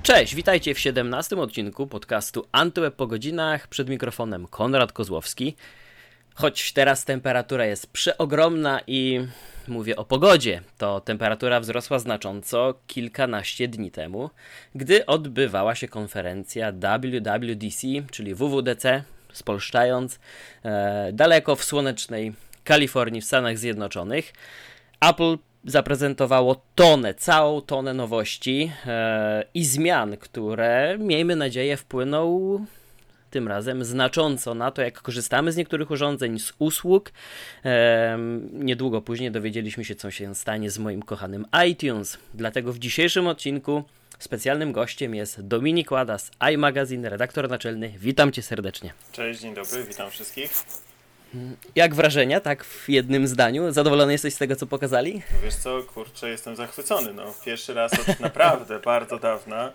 Cześć, witajcie w 17. odcinku podcastu Antyweb po godzinach. Przed mikrofonem Konrad Kozłowski. Choć teraz temperatura jest przeogromna i mówię o pogodzie, to temperatura wzrosła znacząco kilkanaście dni temu, gdy odbywała się konferencja WWDC, czyli WWDC, spolszczając, daleko w słonecznej Kalifornii w Stanach Zjednoczonych. Apple zaprezentowało całą tonę nowości i zmian, które, miejmy nadzieję, wpłyną tym razem znacząco na to, jak korzystamy z niektórych urządzeń, z usług. Niedługo później dowiedzieliśmy się, co się stanie z moim kochanym iTunes. Dlatego w dzisiejszym odcinku specjalnym gościem jest Dominik Łada z iMagazine, redaktor naczelny. Witam Cię serdecznie. Cześć, dzień dobry, witam wszystkich. Jak wrażenia, tak w jednym zdaniu? Zadowolony jesteś z tego, co pokazali? No wiesz co, kurczę, jestem zachwycony. Pierwszy raz od naprawdę bardzo dawna.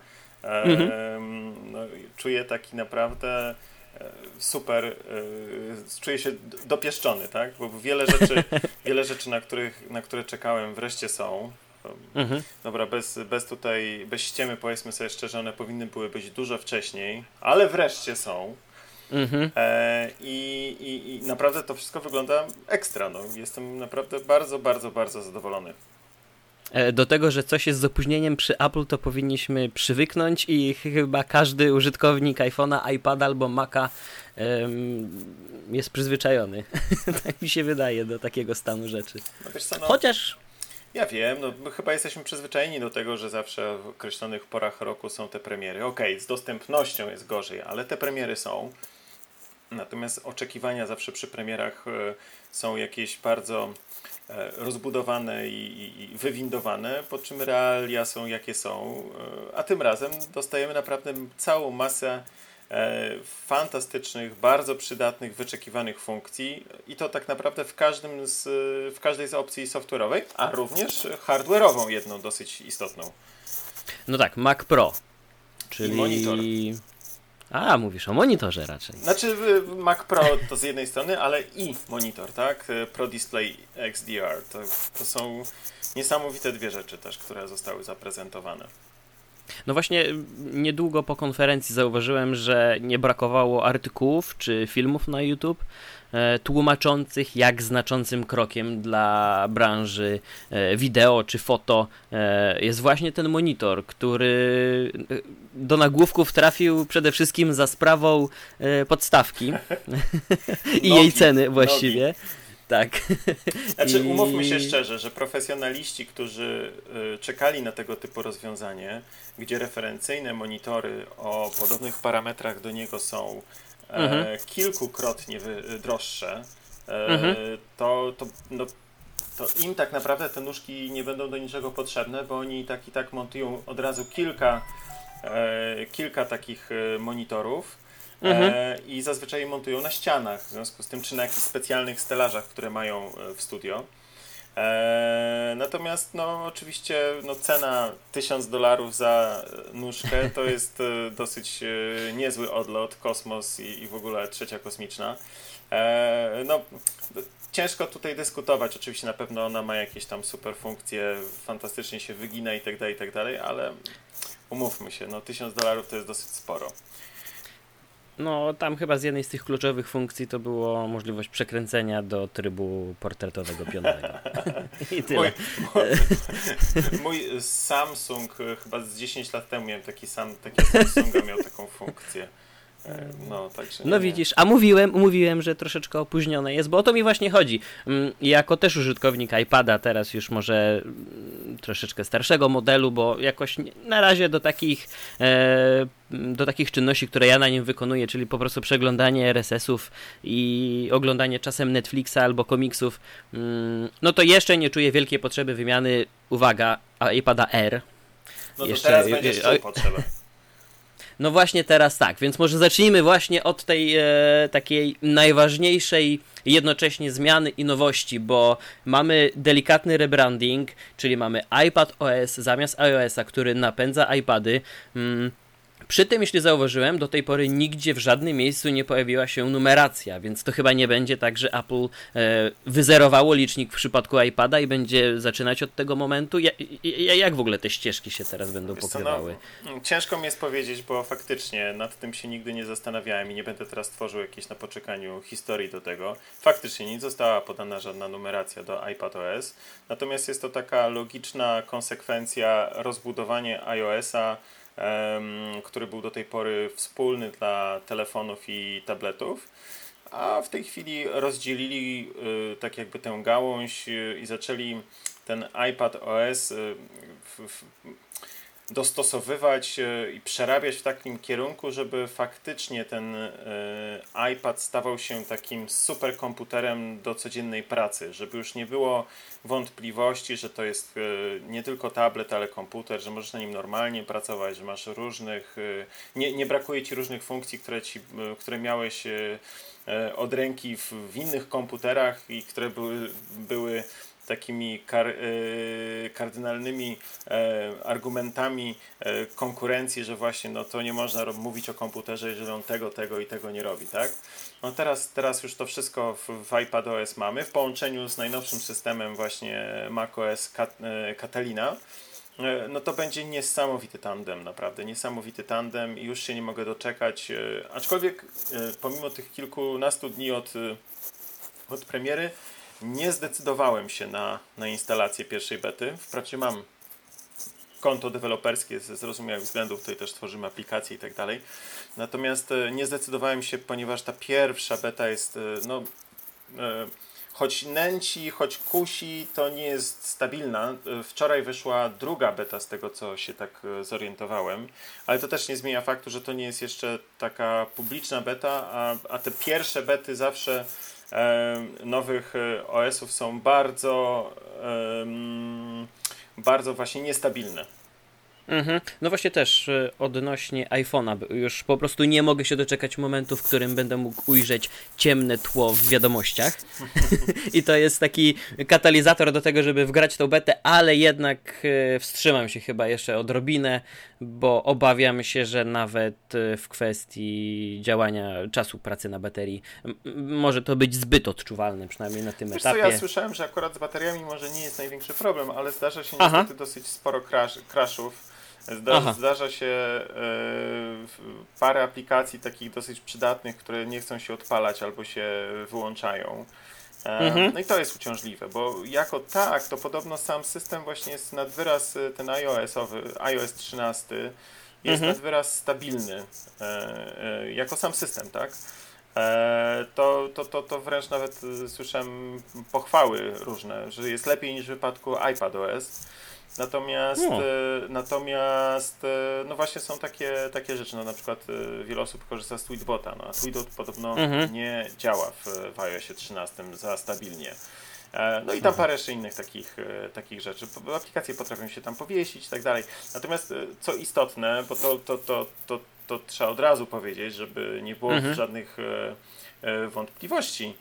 Czuję taki naprawdę super, czuję się dopieszczony, tak? Bo wiele rzeczy, na które czekałem, wreszcie są. Dobra, bez ściemy, powiedzmy sobie szczerze, one powinny były być dużo wcześniej, ale wreszcie są. I naprawdę to wszystko wygląda ekstra. Jestem naprawdę bardzo, bardzo, bardzo zadowolony. Do tego, że coś jest z opóźnieniem przy Apple, to powinniśmy przywyknąć i chyba każdy użytkownik iPhone'a, iPada albo Maca jest przyzwyczajony. Tak mi się wydaje, do takiego stanu rzeczy. Wiesz co, Chociaż... Ja wiem, my chyba jesteśmy przyzwyczajeni do tego, że zawsze w określonych porach roku są te premiery. Okej, z dostępnością jest gorzej, ale te premiery są. Natomiast oczekiwania zawsze przy premierach są jakieś bardzo rozbudowane i wywindowane, po czym realia są jakie są, a tym razem dostajemy naprawdę całą masę fantastycznych, bardzo przydatnych, wyczekiwanych funkcji i to tak naprawdę w każdej z opcji software'owej, a również hardware'ową jedną dosyć istotną. No tak, Mac Pro, czyli... I monitor. A, mówisz o monitorze raczej. Znaczy Mac Pro to z jednej strony, ale i monitor, tak? Pro Display XDR. To są niesamowite dwie rzeczy też, które zostały zaprezentowane. No właśnie niedługo po konferencji zauważyłem, że nie brakowało artykułów czy filmów na YouTube tłumaczących, jak znaczącym krokiem dla branży wideo czy foto jest właśnie ten monitor, który do nagłówków trafił przede wszystkim za sprawą podstawki i jej ceny właściwie. Nogi. Tak. Znaczy, umówmy się szczerze, że profesjonaliści, którzy czekali na tego typu rozwiązanie, gdzie referencyjne monitory o podobnych parametrach do niego są kilkukrotnie droższe, to im tak naprawdę te nóżki nie będą do niczego potrzebne, bo oni i tak montują od razu kilka takich monitorów. I zazwyczaj montują na ścianach, w związku z tym, czy na jakichś specjalnych stelażach, które mają w studio. Natomiast oczywiście cena $1000 za nóżkę to jest dosyć niezły odlot, kosmos i w ogóle trzecia kosmiczna. Ciężko tutaj dyskutować, oczywiście na pewno ona ma jakieś tam super funkcje, fantastycznie się wygina i tak dalej, ale umówmy się, $1000 to jest dosyć sporo. No, tam chyba z jednej z tych kluczowych funkcji to było możliwość przekręcenia do trybu portretowego pionowego. I tyle. Mój Samsung chyba z 10 lat temu miałem taki Samsunga, miał taką funkcję. Także no widzisz, a mówiłem, że troszeczkę opóźnione jest, bo o to mi właśnie chodzi. Jako też użytkownik iPada, teraz już może troszeczkę starszego modelu, bo jakoś na razie do takich czynności, które ja na nim wykonuję, czyli po prostu przeglądanie RSS-ów i oglądanie czasem Netflixa albo komiksów, no to jeszcze nie czuję wielkiej potrzeby wymiany, uwaga, iPada R. No to teraz będziesz czuł potrzebę. No właśnie teraz tak, więc może zacznijmy właśnie od tej takiej najważniejszej jednocześnie zmiany i nowości, bo mamy delikatny rebranding, czyli mamy iPad OS zamiast iOS-a, który napędza iPady. Przy tym, jeśli zauważyłem, do tej pory nigdzie w żadnym miejscu nie pojawiła się numeracja, więc to chyba nie będzie tak, że Apple wyzerowało licznik w przypadku iPada i będzie zaczynać od tego momentu. Jak w ogóle te ścieżki się teraz będą pokrywały? Ciężko mi jest powiedzieć, bo faktycznie nad tym się nigdy nie zastanawiałem i nie będę teraz tworzył jakiejś na poczekaniu historii do tego. Faktycznie nie została podana żadna numeracja do iPadOS, natomiast jest to taka logiczna konsekwencja rozbudowania iOS-a, który był do tej pory wspólny dla telefonów i tabletów, a w tej chwili rozdzielili tak jakby tę gałąź i zaczęli ten iPadOS dostosowywać i przerabiać w takim kierunku, żeby faktycznie ten iPad stawał się takim superkomputerem do codziennej pracy, żeby już nie było wątpliwości, że to jest nie tylko tablet, ale komputer, że możesz na nim normalnie pracować, że masz różnych, nie brakuje ci różnych funkcji, które miałeś od ręki w innych komputerach i które były takimi kardynalnymi argumentami konkurencji, że właśnie no to nie można mówić o komputerze, jeżeli on tego i tego nie robi, tak? No teraz już to wszystko w iPadOS mamy w połączeniu z najnowszym systemem właśnie macOS Catalina. No to będzie niesamowity tandem, naprawdę niesamowity tandem i już się nie mogę doczekać, aczkolwiek pomimo tych kilkunastu dni od premiery nie zdecydowałem się na instalację pierwszej bety. Wprawdzie mam konto deweloperskie ze zrozumiałych względów, tutaj też tworzymy aplikacje i tak dalej. Natomiast nie zdecydowałem się, ponieważ ta pierwsza beta jest, choć nęci, choć kusi, to nie jest stabilna. Wczoraj wyszła druga beta, z tego co się tak zorientowałem, ale to też nie zmienia faktu, że to nie jest jeszcze taka publiczna beta, a te pierwsze bety zawsze nowych OS-ów są bardzo właśnie niestabilne. No właśnie też odnośnie iPhone'a, już po prostu nie mogę się doczekać momentu, w którym będę mógł ujrzeć ciemne tło w wiadomościach i to jest taki katalizator do tego, żeby wgrać tą betę, ale jednak wstrzymam się chyba jeszcze odrobinę, bo obawiam się, że nawet w kwestii działania czasu pracy na baterii może to być zbyt odczuwalne, przynajmniej na tym etapie. Ja słyszałem, że akurat z bateriami może nie jest największy problem, ale zdarza się niestety dosyć sporo crashów. Zdarza się parę aplikacji takich dosyć przydatnych, które nie chcą się odpalać albo się wyłączają. No i to jest uciążliwe, bo jako tak, to podobno sam system właśnie jest nad wyraz ten iOS 13 jest nad wyraz stabilny jako sam system, tak? To wręcz nawet słyszałem pochwały różne, że jest lepiej niż w przypadku iPadOS. Natomiast no właśnie są takie rzeczy, no na przykład wiele osób korzysta z Tweetbota, no a Tweetbot podobno nie działa w iOSie 13 za stabilnie. No i tam parę jeszcze innych takich rzeczy. Aplikacje potrafią się tam powiesić i tak dalej. Natomiast co istotne, bo to trzeba od razu powiedzieć, żeby nie było żadnych wątpliwości.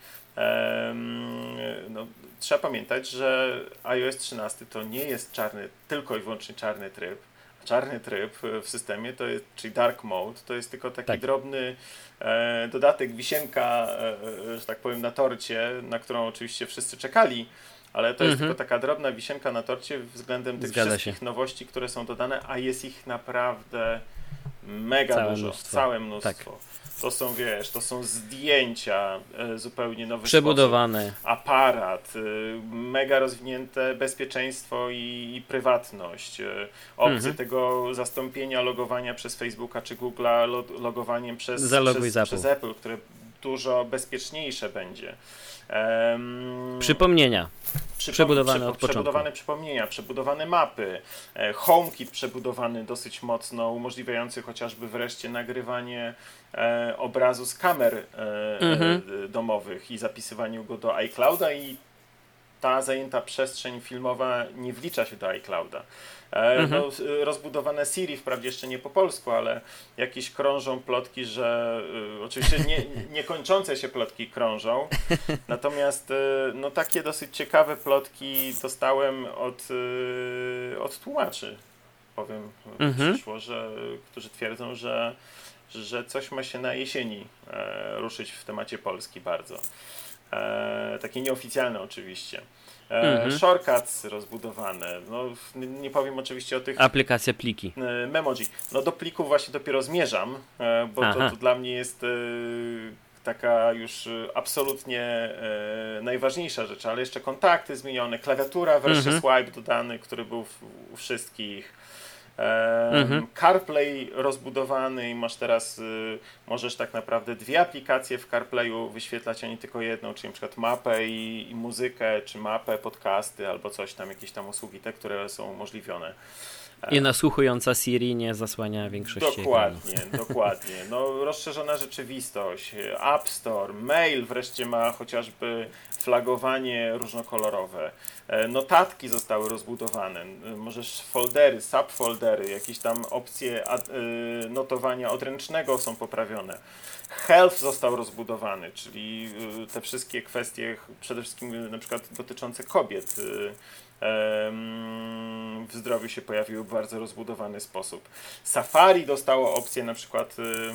No, trzeba pamiętać, że iOS 13 to nie jest tylko i wyłącznie czarny tryb. Czarny tryb w systemie, czyli dark mode, to jest tylko taki drobny dodatek, wisienka, że tak powiem, na torcie, na którą oczywiście wszyscy czekali, ale to jest tylko taka drobna wisienka na torcie względem tych wszystkich nowości, które są dodane, a jest ich naprawdę mega dużo, całe mnóstwo. Tak. To są zdjęcia zupełnie nowy przebudowane sposób, aparat, mega rozwinięte bezpieczeństwo i prywatność, opcje tego zastąpienia logowania przez Facebooka czy Google'a logowaniem przez Apple, które dużo bezpieczniejsze będzie. Przypomnienia. Przebudowane od początku. Przebudowane przypomnienia, przebudowane mapy, HomeKit przebudowany dosyć mocno, umożliwiający chociażby wreszcie nagrywanie obrazu z kamer domowych i zapisywanie go do iClouda i ta zajęta przestrzeń filmowa nie wlicza się do iClouda. No, rozbudowane Siri, wprawdzie jeszcze nie po polsku, ale jakieś krążą plotki, że oczywiście niekończące się plotki krążą, natomiast no, takie dosyć ciekawe plotki dostałem od tłumaczy. powiem, przyszło, którzy twierdzą, że coś ma się na jesieni ruszyć w temacie Polski bardzo. Takie nieoficjalne oczywiście. Shortcuts rozbudowane. No, nie powiem oczywiście o tych... Aplikacja pliki. Memoji. No do plików właśnie dopiero zmierzam, bo to dla mnie jest taka już absolutnie najważniejsza rzecz, ale jeszcze kontakty zmienione, klawiatura, wreszcie swipe dodany, który był u wszystkich. CarPlay rozbudowany i masz teraz, możesz tak naprawdę 2 aplikacje w CarPlayu wyświetlać, a nie tylko jedną, czyli na przykład mapę i muzykę, czy mapę, podcasty albo coś tam, jakieś tam usługi te, które są umożliwione. I nasłuchująca Siri nie zasłania większości Dokładnie, ekranów. dokładnie. No, rozszerzona rzeczywistość, App Store, mail wreszcie ma chociażby flagowanie różnokolorowe. Notatki zostały rozbudowane. Możesz foldery, subfoldery, jakieś tam opcje notowania odręcznego są poprawione. Health został rozbudowany, czyli te wszystkie kwestie przede wszystkim na przykład dotyczące kobiet w zdrowiu się pojawiły w bardzo rozbudowany sposób. Safari dostało opcję na przykład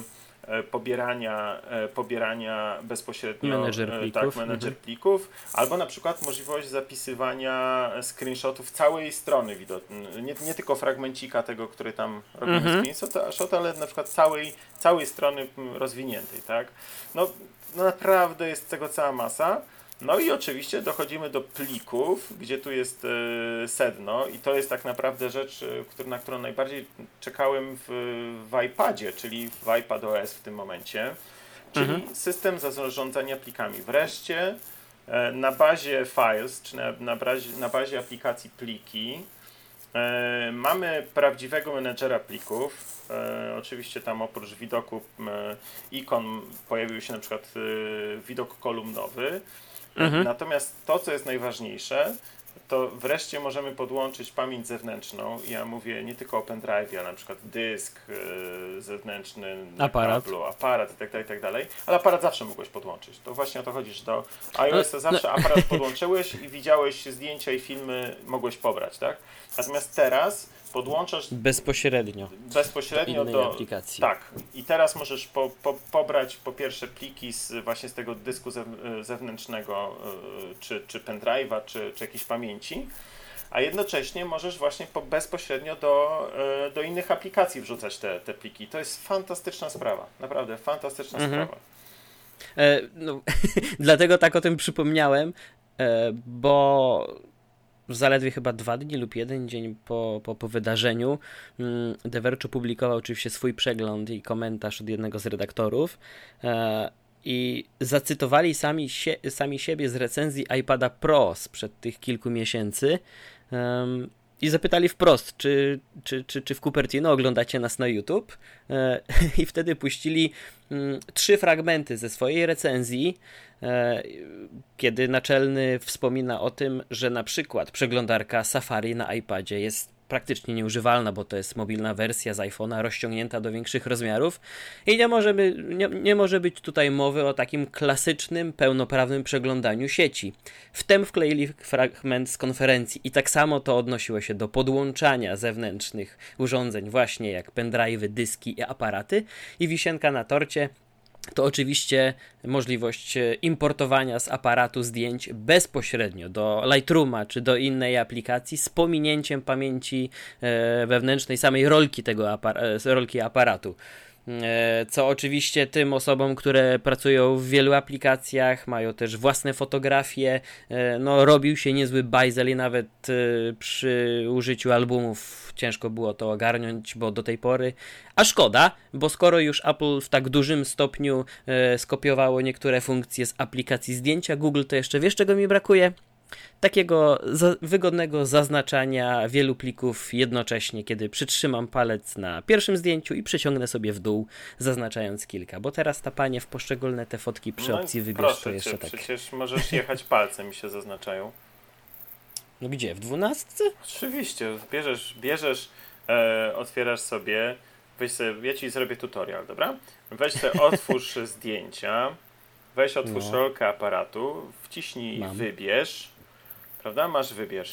pobierania bezpośrednio menedżer plików, albo na przykład możliwość zapisywania screenshotów całej strony nie tylko fragmencika tego, który tam robimy screenshot, ale na przykład całej strony rozwiniętej, tak? No naprawdę jest tego cała masa. No i oczywiście dochodzimy do plików, gdzie tu jest sedno i to jest tak naprawdę rzecz, na którą najbardziej czekałem w iPadzie, czyli w iPadOS w tym momencie, czyli system zarządzania plikami. Wreszcie na bazie Files, czy na bazie aplikacji pliki mamy prawdziwego menedżera plików. Oczywiście tam oprócz widoku ikon pojawił się na przykład widok kolumnowy. Natomiast to, co jest najważniejsze, to wreszcie możemy podłączyć pamięć zewnętrzną. Ja mówię nie tylko o pendrive, ale na przykład dysk zewnętrzny, aparat i tak dalej. Ale aparat zawsze mogłeś podłączyć. To właśnie o to chodzi, że do iOS-a zawsze aparat podłączyłeś i widziałeś zdjęcia i filmy, mogłeś pobrać, tak? Natomiast teraz podłączasz bezpośrednio do aplikacji. Tak. I teraz możesz pobrać po pierwsze pliki właśnie z tego dysku zewnętrznego, czy pendrive'a, czy jakiejś pamięci, a jednocześnie możesz właśnie bezpośrednio do innych aplikacji wrzucać te pliki. To jest fantastyczna sprawa. Naprawdę fantastyczna sprawa. No, dlatego tak o tym przypomniałem, bo zaledwie chyba 2 dni lub 1 dzień po wydarzeniu The Verge opublikował oczywiście swój przegląd i komentarz od jednego z redaktorów i zacytowali sami siebie z recenzji iPada Pro sprzed tych kilku miesięcy i zapytali wprost, czy w Cupertino oglądacie nas na YouTube, i wtedy puścili 3 fragmenty ze swojej recenzji, kiedy naczelny wspomina o tym, że na przykład przeglądarka Safari na iPadzie jest praktycznie nieużywalna, bo to jest mobilna wersja z iPhone'a rozciągnięta do większych rozmiarów i nie może być tutaj mowy o takim klasycznym, pełnoprawnym przeglądaniu sieci. Wtem wkleili fragment z konferencji i tak samo to odnosiło się do podłączania zewnętrznych urządzeń, właśnie jak pendrive'y, dyski i aparaty, i wisienka na torcie to oczywiście możliwość importowania z aparatu zdjęć bezpośrednio do Lightrooma czy do innej aplikacji z pominięciem pamięci wewnętrznej samej rolki rolki aparatu. Co oczywiście tym osobom, które pracują w wielu aplikacjach, mają też własne fotografie, no robił się niezły bajzel i nawet przy użyciu albumów ciężko było to ogarnąć, bo do tej pory, a szkoda, bo skoro już Apple w tak dużym stopniu skopiowało niektóre funkcje z aplikacji zdjęcia Google, to jeszcze wiesz, czego mi brakuje? Takiego wygodnego zaznaczania wielu plików jednocześnie, kiedy przytrzymam palec na pierwszym zdjęciu i przeciągnę sobie w dół, zaznaczając kilka, bo teraz tapanie w poszczególne te fotki przy opcji wybierz to jeszcze tak. Przecież możesz jechać palcem i się zaznaczają. No gdzie? W 12? Oczywiście. Bierzesz, otwierasz sobie, ja ci zrobię tutorial, dobra? Weź sobie, otwórz zdjęcia, otwórz rolkę aparatu, wciśnij wybierz, prawda? Masz wybierz.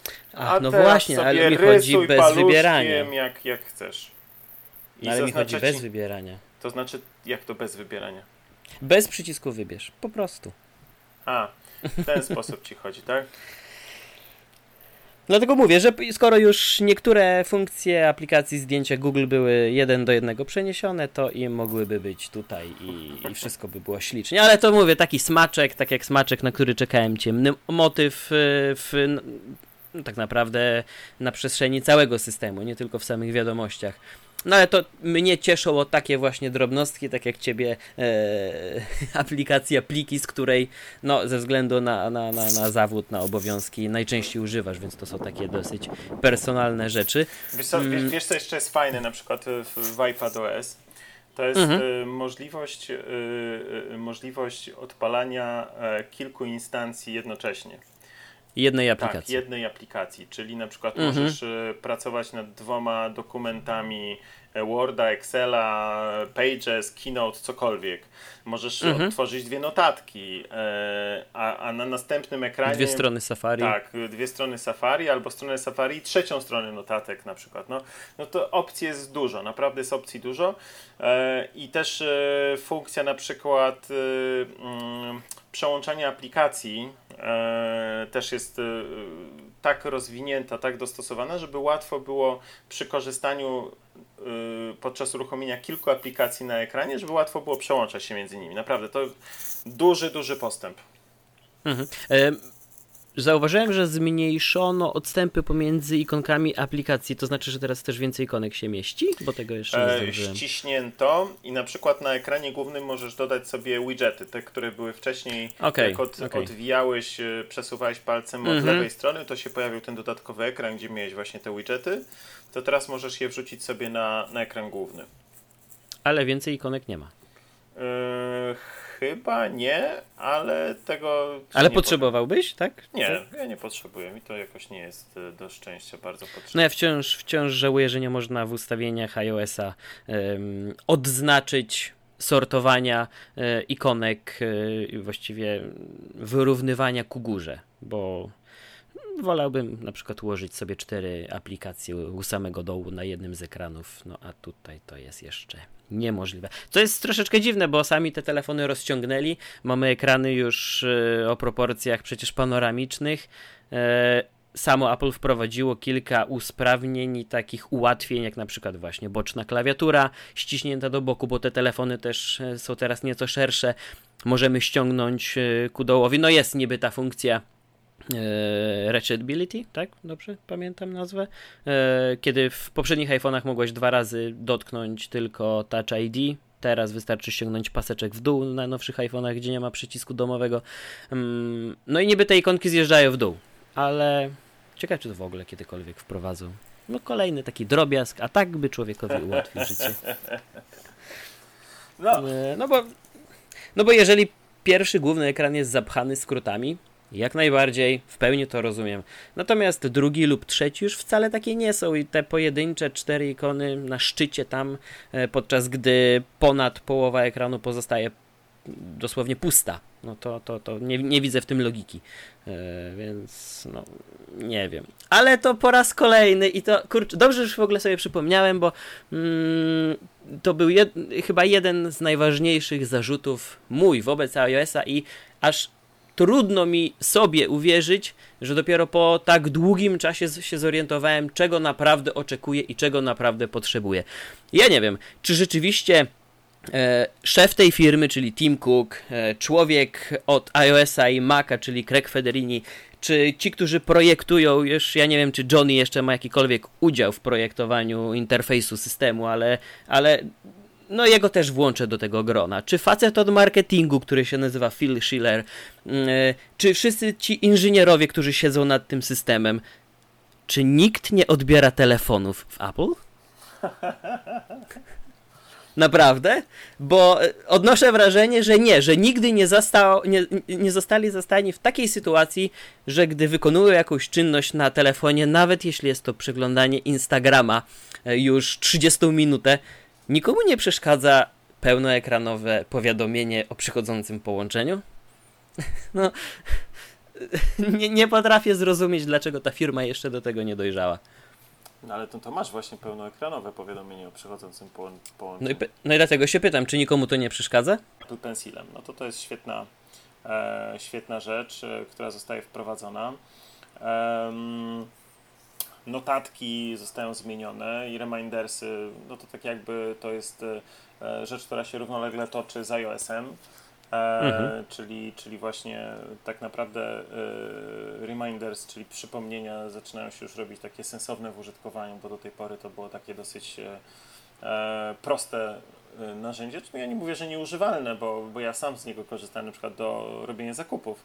No właśnie, ale mi chodzi bez wybierania. Jak chcesz. Ale mi chodzi bez wybierania. To znaczy, jak to bez wybierania? Bez przycisku wybierz, po prostu. W ten sposób ci chodzi, tak? Dlatego mówię, że skoro już niektóre funkcje aplikacji zdjęcia Google były 1:1 przeniesione, to i mogłyby być tutaj i wszystko by było ślicznie. Ale to mówię, taki smaczek, tak jak smaczek, na który czekałem, ciemny motyw tak naprawdę na przestrzeni całego systemu, nie tylko w samych wiadomościach. No ale to mnie cieszą o takie właśnie drobnostki, tak jak ciebie aplikacja Pliki, z której no ze względu na zawód, na obowiązki najczęściej używasz, więc to są takie dosyć personalne rzeczy. Wiesz co jeszcze jest fajne na przykład w iPadOS? To jest możliwość odpalania kilku instancji jednocześnie. Jednej aplikacji. Tak, jednej aplikacji, czyli na przykład możesz pracować nad 2 dokumentami Worda, Excela, Pages, Keynote, cokolwiek. Możesz odtworzyć 2 notatki, a na następnym ekranie... 2 strony Safari. Tak, 2 strony Safari, albo stronę Safari i 3. stronę notatek na przykład. No to opcji jest dużo, naprawdę jest opcji dużo. I też funkcja na przykład przełączania aplikacji też jest tak rozwinięta, tak dostosowana, żeby łatwo było przy korzystaniu podczas uruchomienia kilku aplikacji na ekranie, żeby łatwo było przełączać się między nimi. Naprawdę, to duży postęp. Zauważyłem, że zmniejszono odstępy pomiędzy ikonkami aplikacji, to znaczy, że teraz też więcej ikonek się mieści? Bo tego jeszcze nie zdążyłem. Ściśnięto i na przykład na ekranie głównym możesz dodać sobie widgety, te, które były wcześniej, jak odwijałeś, przesuwałeś palcem od lewej strony, to się pojawił ten dodatkowy ekran, gdzie miałeś właśnie te widgety, to teraz możesz je wrzucić sobie na ekran główny. Ale więcej ikonek nie ma. Chyba nie, ale tego... Ale potrzebowałbyś, tak? Nie, ja nie potrzebuję. Mi to jakoś nie jest do szczęścia bardzo potrzebne. No ja wciąż żałuję, że nie można w ustawieniach iOS-a odznaczyć sortowania ikonek, właściwie wyrównywania ku górze, bo wolałbym na przykład ułożyć sobie 4 aplikacje u samego dołu na jednym z ekranów, no a tutaj to jest jeszcze niemożliwe. Co jest troszeczkę dziwne, bo sami te telefony rozciągnęli, mamy ekrany już o proporcjach przecież panoramicznych. Samo Apple wprowadziło kilka usprawnień i takich ułatwień, jak na przykład właśnie boczna klawiatura ściśnięta do boku, bo te telefony też są teraz nieco szersze. Możemy ściągnąć ku dołowi. No jest niby ta funkcja Reachability, tak? Dobrze pamiętam nazwę? Kiedy w poprzednich iPhone'ach mogłeś 2 razy dotknąć tylko Touch ID, teraz wystarczy ściągnąć paseczek w dół na nowszych iPhone'ach, gdzie nie ma przycisku domowego. No i niby te ikonki zjeżdżają w dół, ale ciekawe, czy to w ogóle kiedykolwiek wprowadzą. No kolejny taki drobiazg, a tak by człowiekowi ułatwił życie. No bo jeżeli pierwszy główny ekran jest zapchany skrótami, jak najbardziej, w pełni to rozumiem. Natomiast drugi lub trzeci już wcale takie nie są i te pojedyncze 4 ikony na szczycie tam, podczas gdy ponad połowa ekranu pozostaje dosłownie pusta. No to nie widzę w tym logiki. Więc no nie wiem. Ale to po raz kolejny i to kurczę, dobrze, że już w ogóle sobie przypomniałem, bo to był chyba jeden z najważniejszych zarzutów mój wobec iOS-a i aż trudno mi sobie uwierzyć, że dopiero po tak długim czasie się zorientowałem, czego naprawdę oczekuję i czego naprawdę potrzebuję. Ja nie wiem, czy rzeczywiście szef tej firmy, czyli Tim Cook, człowiek od iOS-a i Maca, czyli Craig Federighi, czy ci, którzy projektują, już ja nie wiem, czy Johnny jeszcze ma jakikolwiek udział w projektowaniu interfejsu systemu, ale no jego też włączę do tego grona. Czy facet od marketingu, który się nazywa Phil Schiller, czy wszyscy ci inżynierowie, którzy siedzą nad tym systemem, czy nikt nie odbiera telefonów w Apple? Naprawdę? Bo odnoszę wrażenie, że nigdy nie zostali zastani w takiej sytuacji, że gdy wykonują jakąś czynność na telefonie, nawet jeśli jest to przeglądanie Instagrama już 30 minutę, nikomu nie przeszkadza pełnoekranowe powiadomienie o przychodzącym połączeniu? No, nie potrafię zrozumieć, dlaczego ta firma jeszcze do tego nie dojrzała. No ale to masz właśnie pełnoekranowe powiadomienie o przychodzącym połączeniu. No i dlatego się pytam, czy nikomu to nie przeszkadza? Apple Pencilem. No to jest świetna rzecz, która zostaje wprowadzona. Notatki zostają zmienione i remindersy, no to tak jakby to jest rzecz, która się równolegle toczy z iOS-em. Czyli właśnie tak naprawdę reminders, czyli przypomnienia zaczynają się już robić takie sensowne w użytkowaniu, bo do tej pory to było takie dosyć proste narzędzie. Ja nie mówię, że nieużywalne, bo ja sam z niego korzystam na przykład do robienia zakupów.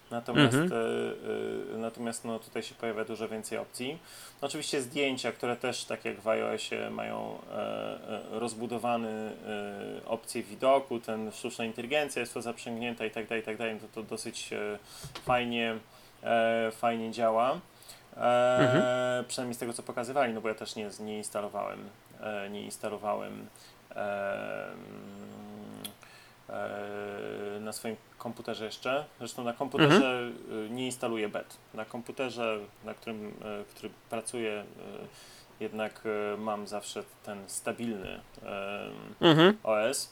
Natomiast no, tutaj się pojawia dużo więcej opcji. No, oczywiście zdjęcia, które też tak jak w iOSie mają rozbudowany opcję widoku, sztuczna inteligencja jest to zaprzęgnięta i tak dalej, to dosyć fajnie działa. Przynajmniej z tego co pokazywali, no bo ja też nie instalowałem na swoim komputerze jeszcze. Zresztą na komputerze nie instaluję bet. Na komputerze, który pracuję, jednak mam zawsze ten stabilny OS.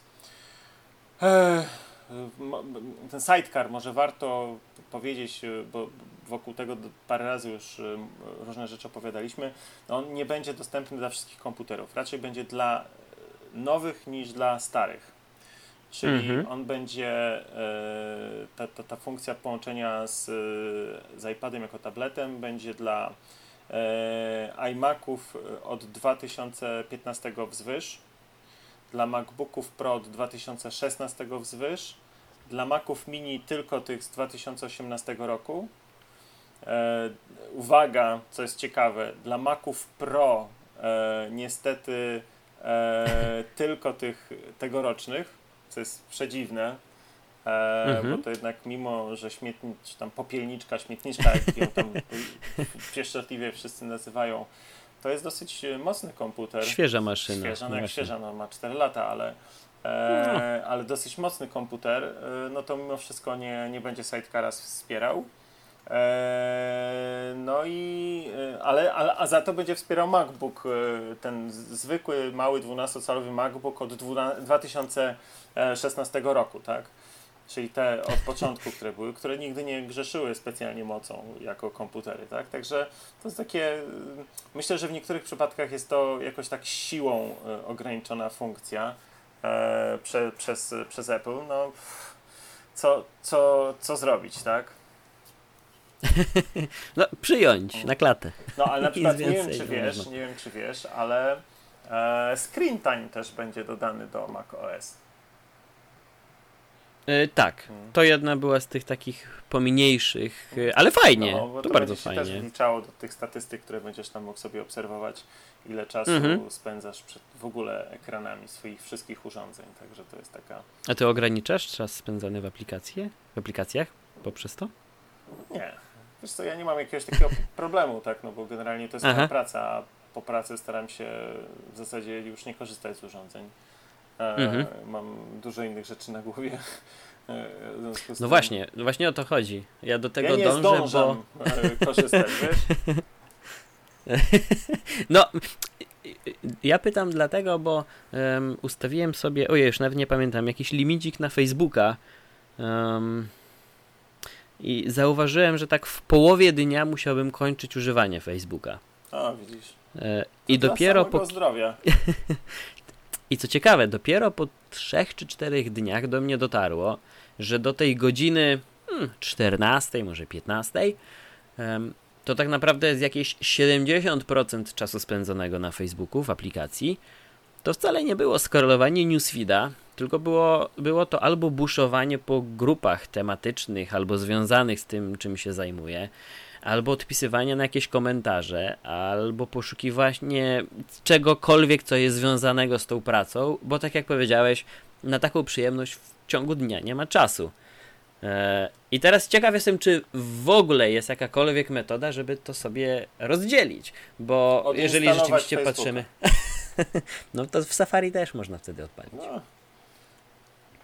Ten sidecar może warto powiedzieć, bo wokół tego parę razy już różne rzeczy opowiadaliśmy. On nie będzie dostępny dla wszystkich komputerów. Raczej będzie dla nowych niż dla starych. Czyli on będzie, ta funkcja połączenia z iPadem jako tabletem będzie dla iMaców od 2015 wzwyż, dla MacBooków Pro od 2016 wzwyż, dla Maców Mini tylko tych z 2018 roku. Uwaga, co jest ciekawe, dla Maców Pro niestety tylko tych tegorocznych, co jest przedziwne, bo to jednak mimo, że popielniczka, jak ją tam pieszczotliwie wszyscy nazywają, to jest dosyć mocny komputer. Świeża maszyna. Świeża, no ma 4 lata, ale dosyć mocny komputer, no to mimo wszystko nie będzie Sidecara wspierał. A za to będzie wspierał MacBook, ten zwykły, mały 12-calowy MacBook od 2016 roku, tak? Czyli te od początku, które były, które nigdy nie grzeszyły specjalnie mocą jako komputery, tak? Także to jest takie, myślę, że w niektórych przypadkach jest to jakoś tak siłą ograniczona funkcja przez Apple. No, co zrobić, tak? No, przyjąć na klatę. No, ale na przykład nie wiem, czy wiesz, ale Screen Time też będzie dodany do macOS. Tak, to jedna była z tych takich pomniejszych, ale fajnie, no, to bardzo fajnie. To fajnie. też wliczało do tych statystyk, które będziesz tam mógł sobie obserwować, ile czasu spędzasz przed w ogóle ekranami swoich wszystkich urządzeń, także to jest taka... A ty ograniczasz czas spędzany w aplikacjach poprzez to? Nie. Wiesz co, ja nie mam jakiegoś takiego problemu, tak, no bo generalnie to jest moja praca, a po pracy staram się w zasadzie już nie korzystać z urządzeń. Mam dużo innych rzeczy na głowie. No właśnie o to chodzi. Ja do tego nie dążę, zdążam korzystać, wiesz? No, ja pytam dlatego, bo ustawiłem sobie, już nawet nie pamiętam, jakiś limicik na Facebooka i zauważyłem, że tak w połowie dnia musiałbym kończyć używanie Facebooka. A, widzisz. I dopiero po zdrowia. I co ciekawe, dopiero po 3 czy 4 dniach do mnie dotarło, że do tej godziny 14, może 15, to tak naprawdę jest jakieś 70% czasu spędzonego na Facebooku w aplikacji. To wcale nie było scrollowanie newsfeeda, tylko było to albo buszowanie po grupach tematycznych, albo związanych z tym, czym się zajmuję, albo odpisywanie na jakieś komentarze, albo poszukiwanie czegokolwiek, co jest związanego z tą pracą, bo tak jak powiedziałeś, na taką przyjemność w ciągu dnia nie ma czasu. I teraz ciekaw jestem, czy w ogóle jest jakakolwiek metoda, żeby to sobie rozdzielić, bo jeżeli rzeczywiście patrzymy, no to w Safari też można wtedy odpalić.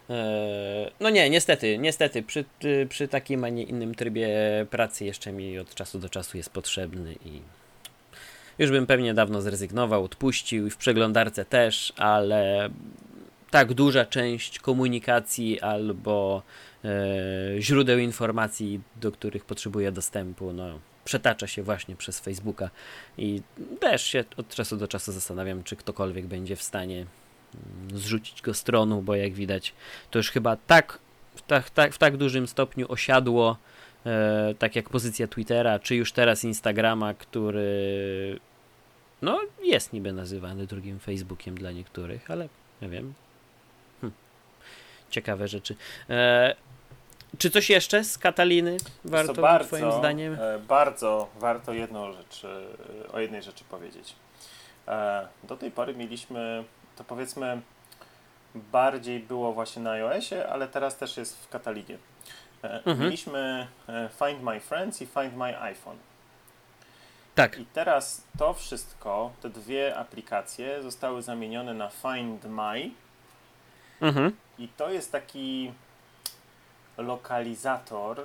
No nie, niestety przy takim, a nie innym trybie pracy jeszcze mi od czasu do czasu jest potrzebny i już bym pewnie dawno zrezygnował, odpuścił i w przeglądarce też, ale tak duża część komunikacji albo źródeł informacji, do których potrzebuję dostępu, no przetacza się właśnie przez Facebooka i też się od czasu do czasu zastanawiam, czy ktokolwiek będzie w stanie zrzucić go z tronu, bo jak widać, to już chyba w tak dużym stopniu osiadło, tak jak pozycja Twittera, czy już teraz Instagrama, który no jest niby nazywany drugim Facebookiem dla niektórych, ale nie wiem. Ciekawe rzeczy. Czy coś jeszcze z Kataliny warto twoim zdaniem? Bardzo warto o jednej rzeczy powiedzieć. Do tej pory mieliśmy, to powiedzmy, bardziej było właśnie na iOSie, ale teraz też jest w Katalinie. Mieliśmy Find My Friends i Find My iPhone. Tak. I teraz to wszystko, te dwie aplikacje zostały zamienione na Find My. I to jest taki lokalizator,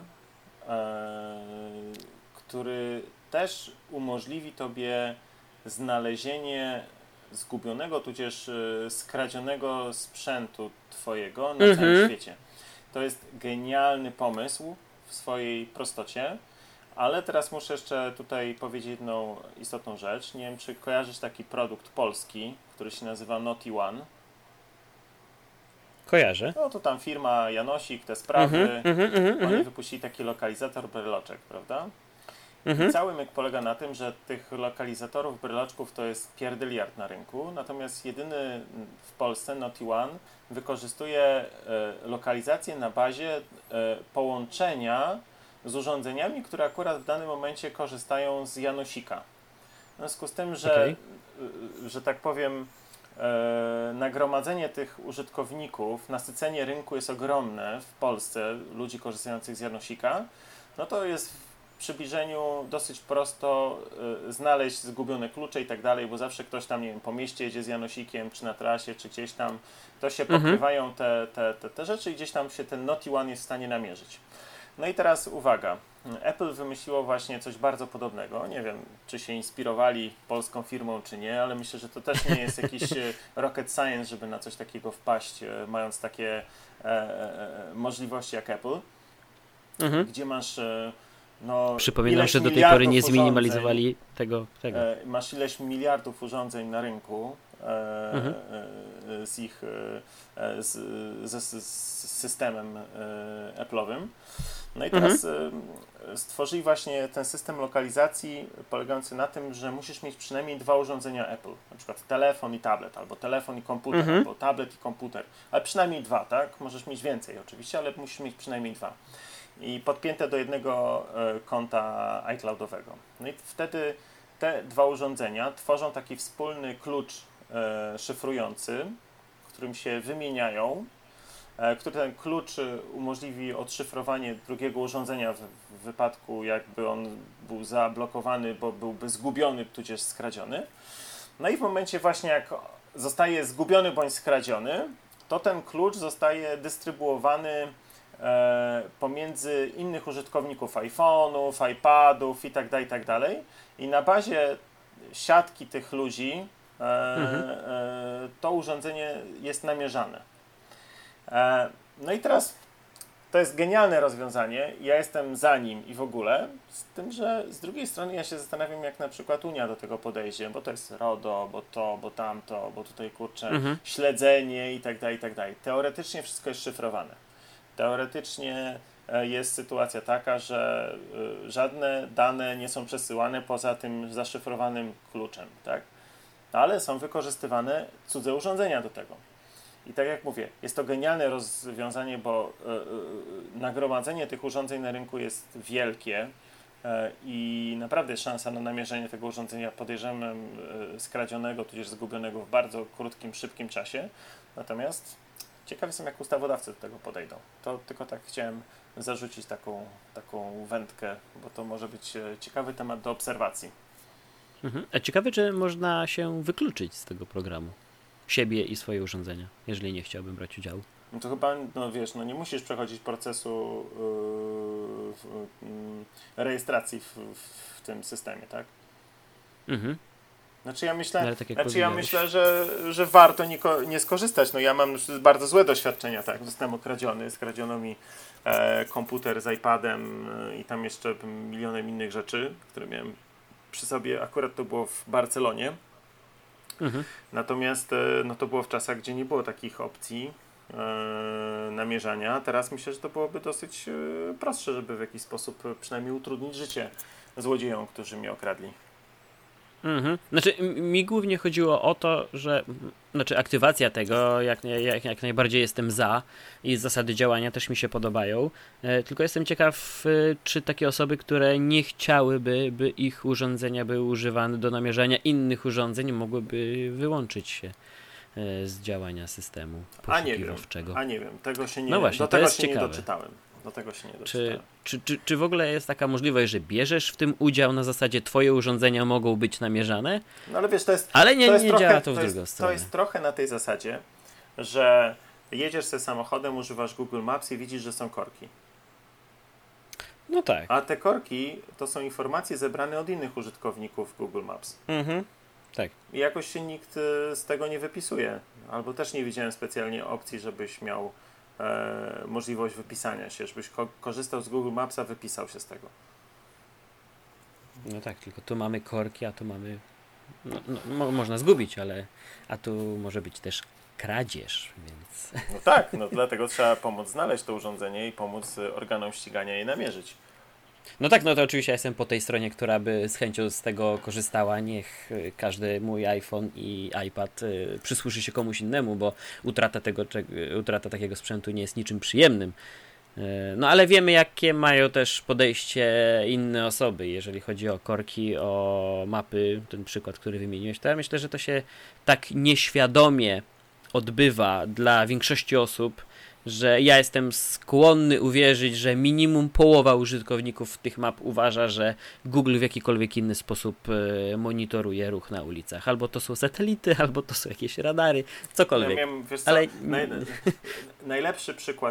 który też umożliwi tobie znalezienie zgubionego, tudzież skradzionego sprzętu twojego na całym świecie. To jest genialny pomysł w swojej prostocie, ale teraz muszę jeszcze tutaj powiedzieć jedną istotną rzecz. Nie wiem, czy kojarzysz taki produkt polski, który się nazywa Naughty One. Kojarzę. No to tam firma Janosik, te sprawy, oni wypuścili taki lokalizator breloczek, prawda? I cały myk polega na tym, że tych lokalizatorów breloczków to jest pierdyliard na rynku, natomiast jedyny w Polsce, Naughty One, wykorzystuje lokalizację na bazie połączenia z urządzeniami, które akurat w danym momencie korzystają z Janosika. W związku z tym, że tak powiem, nagromadzenie tych użytkowników, nasycenie rynku jest ogromne w Polsce, ludzi korzystających z Janosika, no to jest w przybliżeniu dosyć prosto znaleźć zgubione klucze i tak dalej, bo zawsze ktoś tam, nie wiem, po mieście jedzie z Janosikiem, czy na trasie, czy gdzieś tam, to się pokrywają te rzeczy i gdzieś tam się ten Naughty One jest w stanie namierzyć. No i teraz uwaga, Apple wymyśliło właśnie coś bardzo podobnego. Nie wiem, czy się inspirowali polską firmą, czy nie, ale myślę, że to też nie jest jakiś rocket science, żeby na coś takiego wpaść, mając takie możliwości jak Apple, gdzie masz przypominam, że do tej pory nie zminimalizowali tego. Masz ileś miliardów urządzeń na rynku z ich z systemem Apple'owym. No i teraz stworzyli właśnie ten system lokalizacji polegający na tym, że musisz mieć przynajmniej dwa urządzenia Apple, na przykład telefon i tablet, albo telefon i komputer, albo tablet i komputer, ale przynajmniej dwa, tak? Możesz mieć więcej oczywiście, ale musisz mieć przynajmniej dwa. I podpięte do jednego konta iCloudowego. No i wtedy te dwa urządzenia tworzą taki wspólny klucz szyfrujący, w którym się wymieniają, który ten klucz umożliwi odszyfrowanie drugiego urządzenia w wypadku, jakby on był zablokowany, bo byłby zgubiony, tudzież skradziony. No i w momencie właśnie jak zostaje zgubiony bądź skradziony, to ten klucz zostaje dystrybuowany pomiędzy innych użytkowników iPhone'ów, iPadów itd. I na bazie siatki tych ludzi to urządzenie jest namierzane. No i teraz to jest genialne rozwiązanie, ja jestem za nim i w ogóle, z tym, że z drugiej strony ja się zastanawiam, jak na przykład Unia do tego podejdzie, bo to jest RODO, bo to, bo tamto, bo tutaj kurczę śledzenie itd. Teoretycznie wszystko jest szyfrowane. Teoretycznie jest sytuacja taka, że żadne dane nie są przesyłane poza tym zaszyfrowanym kluczem, tak? Ale są wykorzystywane cudze urządzenia do tego. I tak jak mówię, jest to genialne rozwiązanie, bo nagromadzenie tych urządzeń na rynku jest wielkie i naprawdę szansa na namierzenie tego urządzenia, podejrzewam, skradzionego, tudzież zgubionego w bardzo krótkim, szybkim czasie. Natomiast ciekaw jestem, jak ustawodawcy do tego podejdą. To tylko tak chciałem zarzucić taką wędkę, bo to może być ciekawy temat do obserwacji. A ciekawe, czy można się wykluczyć z tego programu? Siebie i swoje urządzenia, jeżeli nie chciałbym brać udziału. No to chyba, no wiesz, no nie musisz przechodzić procesu rejestracji w tym systemie, tak? Mhm. Znaczy ja myślę, Ale tak jak że warto nie skorzystać. No ja mam bardzo złe doświadczenia, tak? Zostałem okradziony, skradziono mi komputer z iPadem i tam jeszcze milionem innych rzeczy, które miałem przy sobie. Akurat to było w Barcelonie. Mhm. Natomiast no to było w czasach, gdzie nie było takich opcji namierzania. Teraz myślę, że to byłoby dosyć prostsze, żeby w jakiś sposób przynajmniej utrudnić życie złodziejom, którzy mnie okradli. Mhm. Znaczy, mi głównie chodziło o to, że aktywacja tego, jak najbardziej jestem za i zasady działania też mi się podobają, tylko jestem ciekaw, czy takie osoby, które nie chciałyby, by ich urządzenia były używane do namierzania innych urządzeń, mogłyby wyłączyć się z działania systemu poszukiwawczego. A nie wiem, tego się nie, no właśnie, do to tego jest się ciekawe. nie doczytałem. Do tego się nie doczytałem. Czy w ogóle jest taka możliwość, że bierzesz w tym udział na zasadzie twoje urządzenia mogą być namierzane? No ale wiesz, to jest. Ale nie trochę, działa to w drugą stronę. To jest trochę na tej zasadzie, że jedziesz sobie samochodem, używasz Google Maps i widzisz, że są korki. No tak. A te korki to są informacje zebrane od innych użytkowników Google Maps. Mhm. Tak. I jakoś się nikt z tego nie wypisuje. Albo też nie widziałem specjalnie opcji, żebyś miał możliwość wypisania się, żebyś korzystał z Google Mapsa, wypisał się z tego. No tak, tylko tu mamy korki, a tu mamy... można zgubić, a tu może być też kradzież, więc... No tak, no dlatego trzeba pomóc znaleźć to urządzenie i pomóc organom ścigania je namierzyć. No tak, no to oczywiście ja jestem po tej stronie, która by z chęcią z tego korzystała. Niech każdy mój iPhone i iPad przysłuży się komuś innemu, bo utrata takiego sprzętu nie jest niczym przyjemnym. No ale wiemy, jakie mają też podejście inne osoby, jeżeli chodzi o korki, o mapy, ten przykład, który wymieniłeś. To ja myślę, że to się tak nieświadomie odbywa dla większości osób, że ja jestem skłonny uwierzyć, że minimum połowa użytkowników tych map uważa, że Google w jakikolwiek inny sposób monitoruje ruch na ulicach. Albo to są satelity, albo to są jakieś radary, cokolwiek. Ja miałem, wiesz co, ale... najlepszy przykład,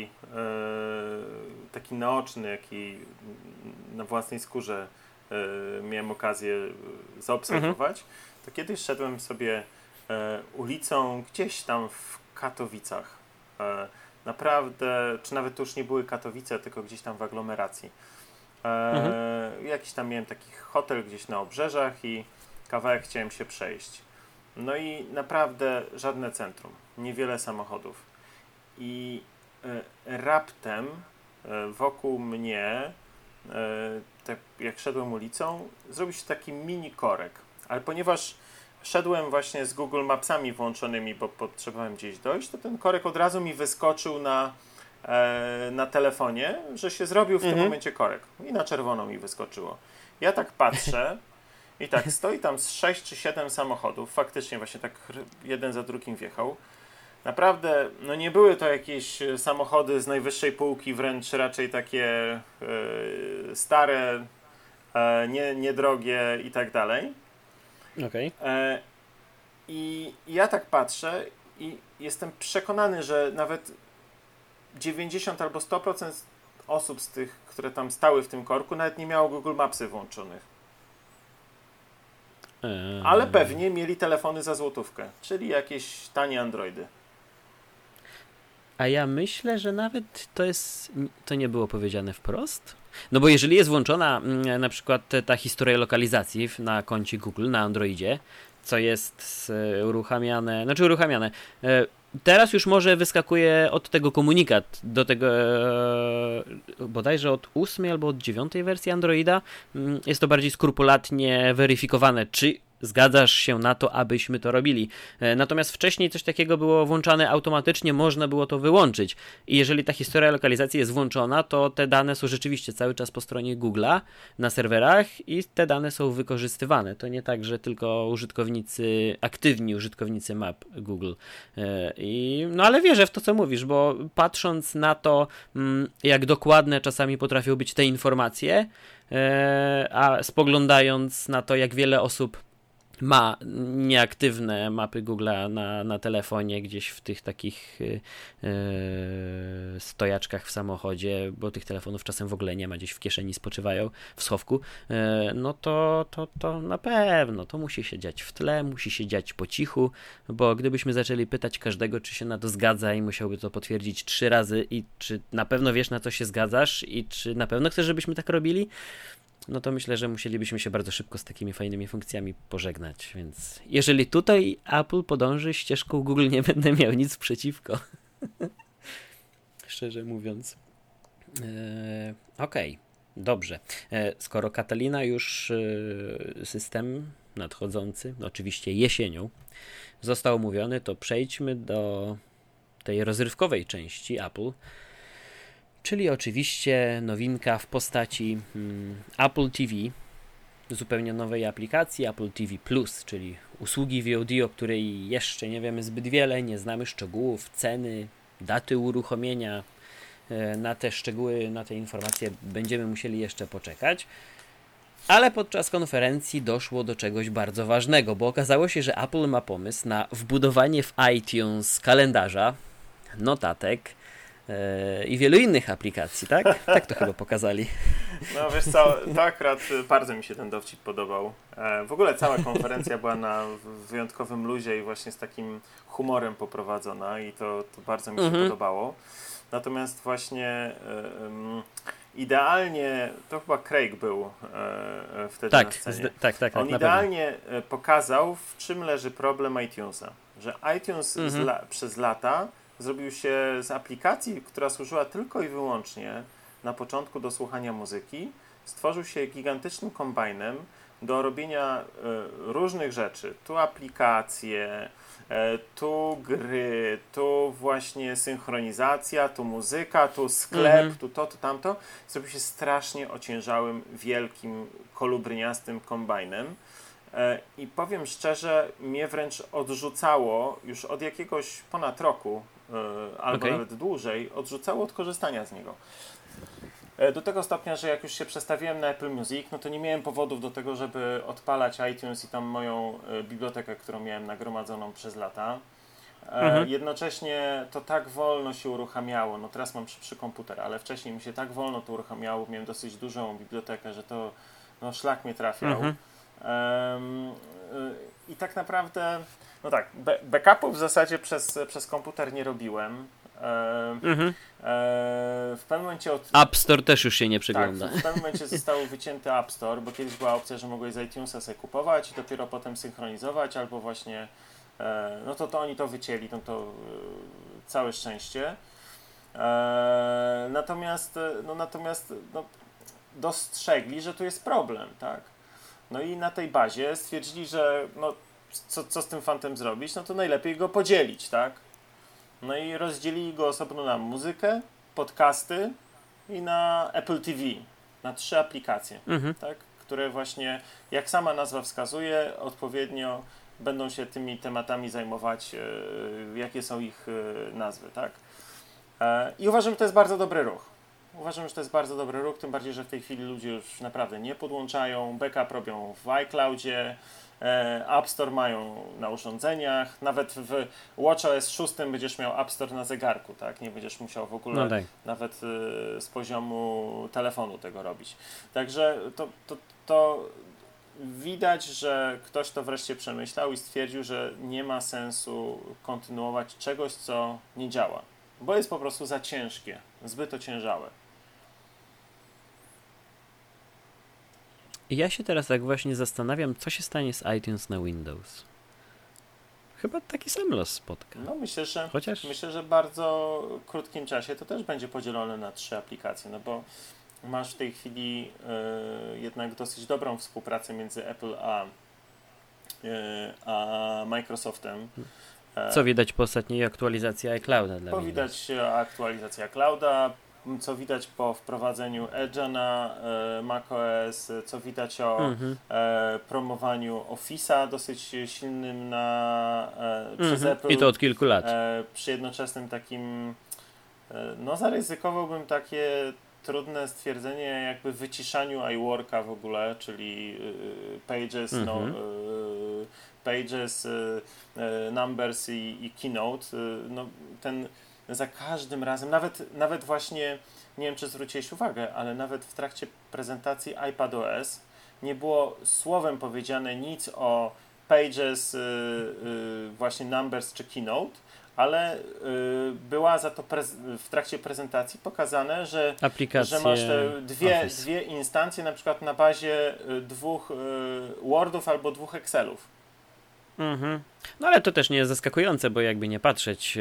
taki naoczny, jaki na własnej skórze miałem okazję zaobserwować, to kiedyś szedłem sobie ulicą gdzieś tam w Katowicach. Naprawdę, czy nawet to już nie były Katowice, tylko gdzieś tam w aglomeracji. Jakiś tam miałem taki hotel gdzieś na obrzeżach i kawałek chciałem się przejść. No i naprawdę żadne centrum, niewiele samochodów. I raptem wokół mnie, tak jak szedłem ulicą, zrobił się taki mini korek. Ale ponieważ szedłem właśnie z Google Mapsami włączonymi, bo potrzebowałem gdzieś dojść, to ten korek od razu mi wyskoczył na telefonie, że się zrobił w tym momencie korek. I na czerwono mi wyskoczyło. Ja tak patrzę i tak stoi tam z 6 czy 7 samochodów. Faktycznie właśnie tak jeden za drugim wjechał. Naprawdę, no nie były to jakieś samochody z najwyższej półki, wręcz raczej takie stare, niedrogie i tak dalej. Okay. I ja tak patrzę i jestem przekonany, że nawet 90 albo 100% osób z tych, które tam stały w tym korku, nawet nie miało Google Mapsy włączonych. Ale pewnie mieli telefony za złotówkę, czyli jakieś tanie Androidy. A ja myślę, że nawet to nie było powiedziane wprost. No bo jeżeli jest włączona na przykład ta historia lokalizacji na koncie Google na Androidzie, co jest uruchamiane, teraz już może wyskakuje od tego komunikat do tego bodajże od 8 albo od 9 wersji Androida. Jest to bardziej skrupulatnie weryfikowane, czy zgadzasz się na to, abyśmy to robili. Natomiast wcześniej coś takiego było włączane automatycznie, można było to wyłączyć. I jeżeli ta historia lokalizacji jest włączona, to te dane są rzeczywiście cały czas po stronie Google'a na serwerach i te dane są wykorzystywane. To nie tak, że tylko aktywni użytkownicy map Google. No ale wierzę w to, co mówisz, bo patrząc na to, jak dokładne czasami potrafią być te informacje, a spoglądając na to, jak wiele osób ma nieaktywne mapy Google'a na telefonie, gdzieś w tych takich stojaczkach w samochodzie, bo tych telefonów czasem w ogóle nie ma, gdzieś w kieszeni spoczywają, w schowku, no to na pewno to musi się dziać w tle, musi się dziać po cichu, bo gdybyśmy zaczęli pytać każdego, czy się na to zgadza i musiałby to potwierdzić 3 razy i czy na pewno wiesz, na co się zgadzasz i czy na pewno chcesz, żebyśmy tak robili, no to myślę, że musielibyśmy się bardzo szybko z takimi fajnymi funkcjami pożegnać, więc jeżeli tutaj Apple podąży ścieżką Google, nie będę miał nic przeciwko. Szczerze mówiąc. Okej, dobrze. Skoro Catalina już system nadchodzący, oczywiście jesienią, został omówiony, to przejdźmy do tej rozrywkowej części Apple, czyli oczywiście nowinka w postaci Apple TV, zupełnie nowej aplikacji Apple TV Plus, czyli usługi VOD, o której jeszcze nie wiemy zbyt wiele, nie znamy szczegółów, ceny, daty uruchomienia. Na te szczegóły, na te informacje będziemy musieli jeszcze poczekać. Ale podczas konferencji doszło do czegoś bardzo ważnego, bo okazało się, że Apple ma pomysł na wbudowanie w iTunes kalendarza, notatek i wielu innych aplikacji, tak? Tak to chyba pokazali. No wiesz co, to akurat bardzo mi się ten dowcip podobał. W ogóle cała konferencja była na wyjątkowym luzie i właśnie z takim humorem poprowadzona i to bardzo mi się podobało. Natomiast właśnie idealnie, to chyba Craig był wtedy na scenie. Tak, on idealnie pokazał, w czym leży problem iTunesa. Że iTunes przez lata zrobił się z aplikacji, która służyła tylko i wyłącznie na początku do słuchania muzyki, stworzył się gigantycznym kombajnem do robienia różnych rzeczy. Tu aplikacje, tu gry, tu właśnie synchronizacja, tu muzyka, tu sklep, tu to, tu tamto. Zrobił się strasznie ociężałym, wielkim, kolubryniastym kombajnem. I powiem szczerze, mnie wręcz odrzucało już od jakiegoś ponad roku, albo nawet dłużej, odrzucało od korzystania z niego. Do tego stopnia, że jak już się przestawiłem na Apple Music, no to nie miałem powodów do tego, żeby odpalać iTunes i tam moją bibliotekę, którą miałem nagromadzoną przez lata. Jednocześnie to tak wolno się uruchamiało, no teraz mam szybszy komputer, ale wcześniej mi się tak wolno to uruchamiało, miałem dosyć dużą bibliotekę, że to no, szlak mnie trafiał. I tak naprawdę, no tak, backupów w zasadzie przez komputer nie robiłem. W pewnym momencie App Store też już się nie przegląda. Tak, w pewnym momencie został wycięty App Store, bo kiedyś była opcja, że mogłeś z iTunesa sobie kupować i dopiero potem synchronizować, albo właśnie no to oni to wycięli, no to całe szczęście. Natomiast dostrzegli, że tu jest problem, tak? No i na tej bazie stwierdzili, że no, co z tym fantem zrobić, no to najlepiej go podzielić, tak? No i rozdzielili go osobno na muzykę, podcasty i na Apple TV, na 3 aplikacje, tak? Które właśnie, jak sama nazwa wskazuje, odpowiednio będą się tymi tematami zajmować, jakie są ich nazwy, tak? I uważam, że to jest bardzo dobry ruch. Tym bardziej, że w tej chwili ludzie już naprawdę nie podłączają, backup robią w iCloudzie, App Store mają na urządzeniach, nawet w WatchOS 6 będziesz miał App Store na zegarku, tak? Nie będziesz musiał w ogóle nawet z poziomu telefonu tego robić. Także to widać, że ktoś to wreszcie przemyślał i stwierdził, że nie ma sensu kontynuować czegoś, co nie działa, bo jest po prostu za ciężkie, zbyt ociężałe. Ja się teraz tak właśnie zastanawiam, co się stanie z iTunes na Windows. Chyba taki sam los spotka. No myślę, że w bardzo krótkim czasie to też będzie podzielone na 3 aplikacje, no bo masz w tej chwili jednak dosyć dobrą współpracę między Apple a Microsoftem. Co widać po ostatniej aktualizacji iClouda dla mnie. Widać aktualizacja Clouda, co widać po wprowadzeniu Edge'a na macOS, co widać o promowaniu Office'a dosyć silnym przez Apple. I to od kilku lat. Przy jednoczesnym takim, no zaryzykowałbym takie trudne stwierdzenie jakby wyciszaniu iWorka w ogóle, czyli Pages, Pages, Numbers i Keynote, no ten za każdym razem, nawet właśnie, nie wiem czy zwróciłeś uwagę, ale nawet w trakcie prezentacji iPadOS nie było słowem powiedziane nic o Pages, właśnie Numbers czy Keynote, ale była za to w trakcie prezentacji pokazane, że masz te dwie instancje na przykład na bazie 2 Wordów albo 2 Excelów. Mhm. No ale to też nie jest zaskakujące, bo jakby nie patrzeć,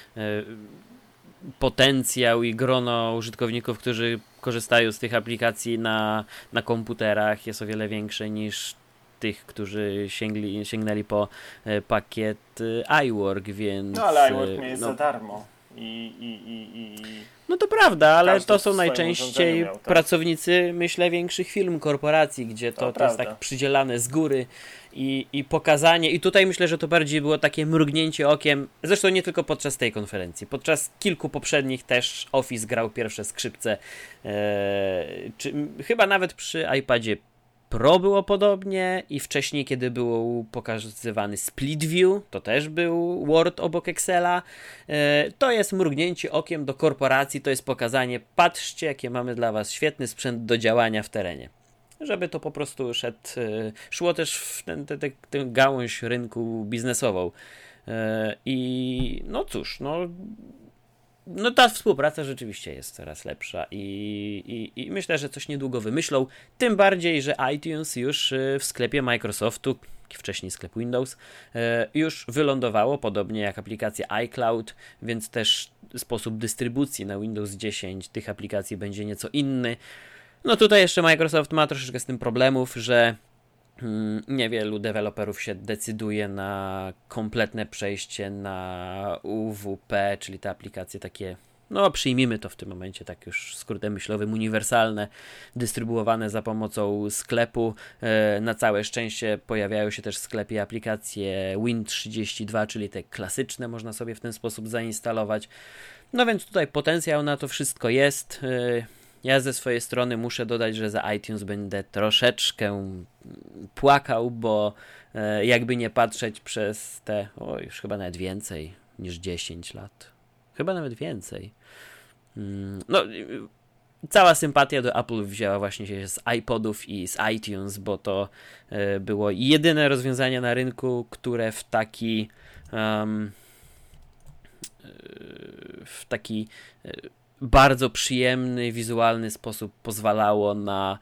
potencjał i grono użytkowników, którzy korzystają z tych aplikacji na komputerach jest o wiele większe niż tych, którzy sięgnęli po pakiet iWork, więc... No ale iWork nie jest za darmo. No to prawda, ale to są najczęściej pracownicy, myślę, większych firm, korporacji, gdzie to jest tak przydzielane z góry i pokazanie. I tutaj myślę, że to bardziej było takie mrugnięcie okiem, zresztą nie tylko podczas tej konferencji, podczas kilku poprzednich też Office grał pierwsze skrzypce, chyba nawet przy iPadzie Pro było podobnie i wcześniej, kiedy był pokazywany Split View, to też był Word obok Excela. To jest mrugnięcie okiem do korporacji, to jest pokazanie, patrzcie, jakie mamy dla was świetny sprzęt do działania w terenie. Żeby to po prostu szło też w tę gałąź rynku biznesową. I no cóż, no ta współpraca rzeczywiście jest coraz lepsza i myślę, że coś niedługo wymyślą, tym bardziej, że iTunes już w sklepie Microsoftu, wcześniej sklep Windows, już wylądowało, podobnie jak aplikacja iCloud, więc też sposób dystrybucji na Windows 10 tych aplikacji będzie nieco inny. No tutaj jeszcze Microsoft ma troszeczkę z tym problemów, że niewielu deweloperów się decyduje na kompletne przejście na UWP, czyli te aplikacje takie, no przyjmijmy to w tym momencie tak już skrótem myślowym, uniwersalne, dystrybuowane za pomocą sklepu. Na całe szczęście pojawiają się też w sklepie aplikacje Win32, czyli te klasyczne, można sobie w ten sposób zainstalować. No więc tutaj potencjał na to wszystko jest. Ja ze swojej strony muszę dodać, że za iTunes będę troszeczkę płakał, bo jakby nie patrzeć przez te, już chyba nawet więcej niż 10 lat. Chyba nawet więcej. No, cała sympatia do Apple wzięła właśnie się z iPodów i z iTunes, bo to było jedyne rozwiązanie na rynku, które w taki bardzo przyjemny, wizualny sposób pozwalało na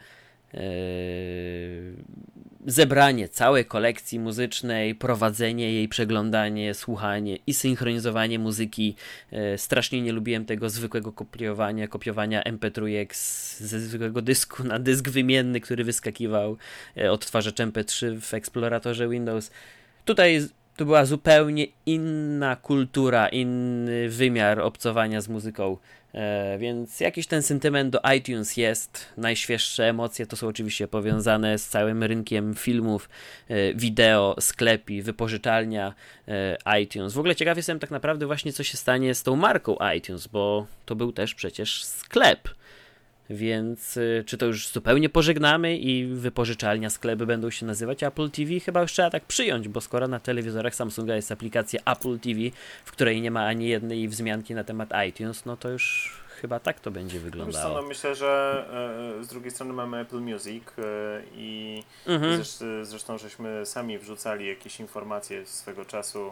zebranie całej kolekcji muzycznej, prowadzenie jej, przeglądanie, słuchanie i synchronizowanie muzyki. Strasznie nie lubiłem tego zwykłego kopiowania MP3 ze zwykłego dysku na dysk wymienny, który wyskakiwał, odtwarzacz MP3 w eksploratorze Windows. Tutaj to była zupełnie inna kultura, inny wymiar obcowania z muzyką, więc jakiś ten sentyment do iTunes jest. Najświeższe emocje to są oczywiście powiązane z całym rynkiem filmów, wideo, sklepi, wypożyczalnia iTunes. W ogóle ciekaw jestem tak naprawdę właśnie, co się stanie z tą marką iTunes, bo to był też przecież sklep. Więc czy to już zupełnie pożegnamy i wypożyczalnia, sklepy będą się nazywać Apple TV? Chyba już trzeba tak przyjąć, bo skoro na telewizorach Samsunga jest aplikacja Apple TV, w której nie ma ani jednej wzmianki na temat iTunes, no to już chyba tak to będzie wyglądało. No myślę, że z drugiej strony mamy Apple Music i zresztą żeśmy sami wrzucali jakieś informacje swego czasu,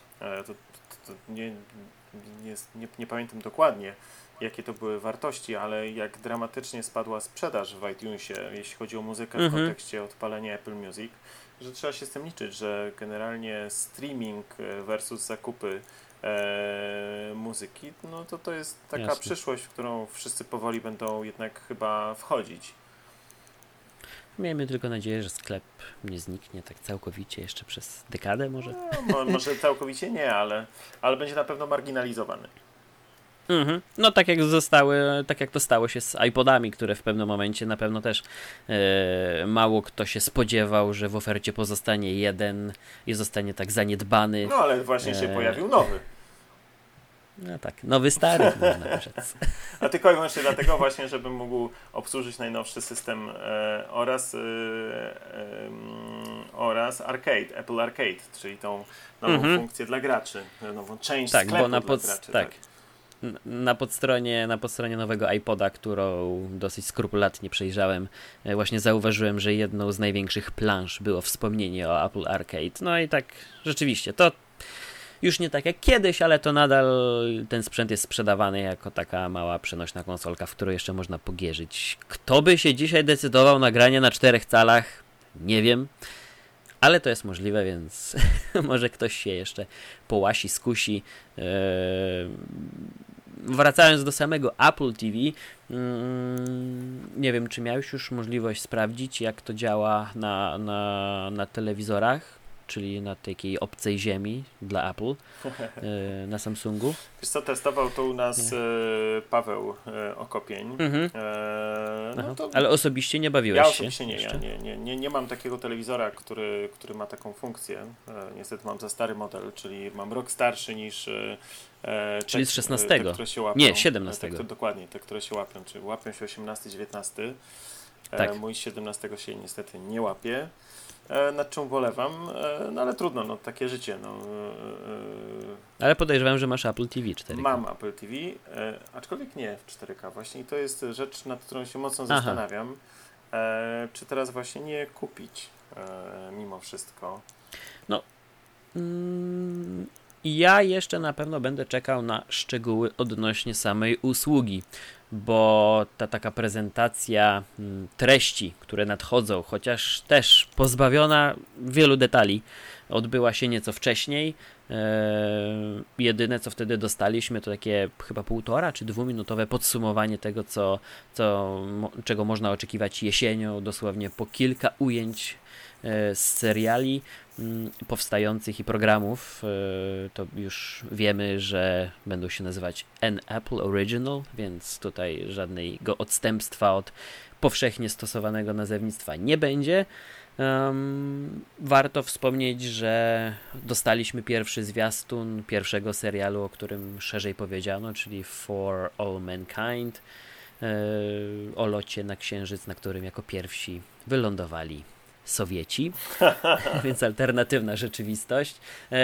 nie pamiętam dokładnie, jakie to były wartości, ale jak dramatycznie spadła sprzedaż w iTunesie, jeśli chodzi o muzykę w kontekście odpalenia Apple Music, że trzeba się z tym liczyć, że generalnie streaming versus zakupy muzyki, no to jest taka przyszłość, w którą wszyscy powoli będą jednak chyba wchodzić. Miejmy tylko nadzieję, że sklep nie zniknie tak całkowicie jeszcze przez dekadę może. No, może całkowicie nie, ale będzie na pewno marginalizowany. No tak jak to stało się z iPodami, które w pewnym momencie na pewno też mało kto się spodziewał, że w ofercie pozostanie jeden i zostanie tak zaniedbany. No ale właśnie się pojawił nowy. No tak, nowy stary można rzec. A tylko i wyłącznie dlatego właśnie, żebym mógł obsłużyć najnowszy system oraz Arcade, Apple Arcade, czyli tą nową funkcję dla graczy, nową część tak, sklepu bo na dla graczy. tak. Na podstronie nowego iPoda, którą dosyć skrupulatnie przejrzałem, właśnie zauważyłem, że jedną z największych plansz było wspomnienie o Apple Arcade. No i tak rzeczywiście, to już nie tak jak kiedyś, ale to nadal ten sprzęt jest sprzedawany jako taka mała przenośna konsolka, w którą jeszcze można pogierzyć. Kto by się dzisiaj decydował na granie na 4 calach? Nie wiem. Ale to jest możliwe, więc może ktoś się jeszcze połasi, skusi. Wracając do samego Apple TV, nie wiem, czy miałeś już możliwość sprawdzić, jak to działa na telewizorach, czyli na takiej obcej ziemi dla Apple, na Samsungu. Wiesz co, testował to u nas Paweł Okopień. Ale osobiście nie bawiłeś się? Osobiście nie mam takiego telewizora, który ma taką funkcję. Niestety mam za stary model, czyli mam rok starszy niż czyli z 16. Te, które się łapią. Nie, 17. Dokładnie, te, które się łapią, czyli łapią się 18, 19. Tak. Mój z 17 się niestety nie łapie. Nad czym ubolewam, no ale trudno, no takie życie. No. Ale podejrzewam, że masz Apple TV 4K. Mam Apple TV, aczkolwiek nie w 4K właśnie i to jest rzecz, nad którą się mocno zastanawiam. Czy teraz właśnie nie kupić mimo wszystko? No, ja jeszcze na pewno będę czekał na szczegóły odnośnie samej usługi, bo ta taka prezentacja treści, które nadchodzą, chociaż też pozbawiona wielu detali, odbyła się nieco wcześniej. Jedyne co wtedy dostaliśmy to takie chyba 1,5 czy 2-minutowe podsumowanie tego, czego można oczekiwać jesienią, dosłownie po kilka ujęć z seriali powstających i programów. To już wiemy, że będą się nazywać An Apple Original, więc tutaj żadnego odstępstwa od powszechnie stosowanego nazewnictwa nie będzie. Warto wspomnieć, że dostaliśmy pierwszy zwiastun pierwszego serialu, o którym szerzej powiedziano, czyli For All Mankind, o locie na Księżyc, na którym jako pierwsi wylądowali Sowieci, więc alternatywna rzeczywistość.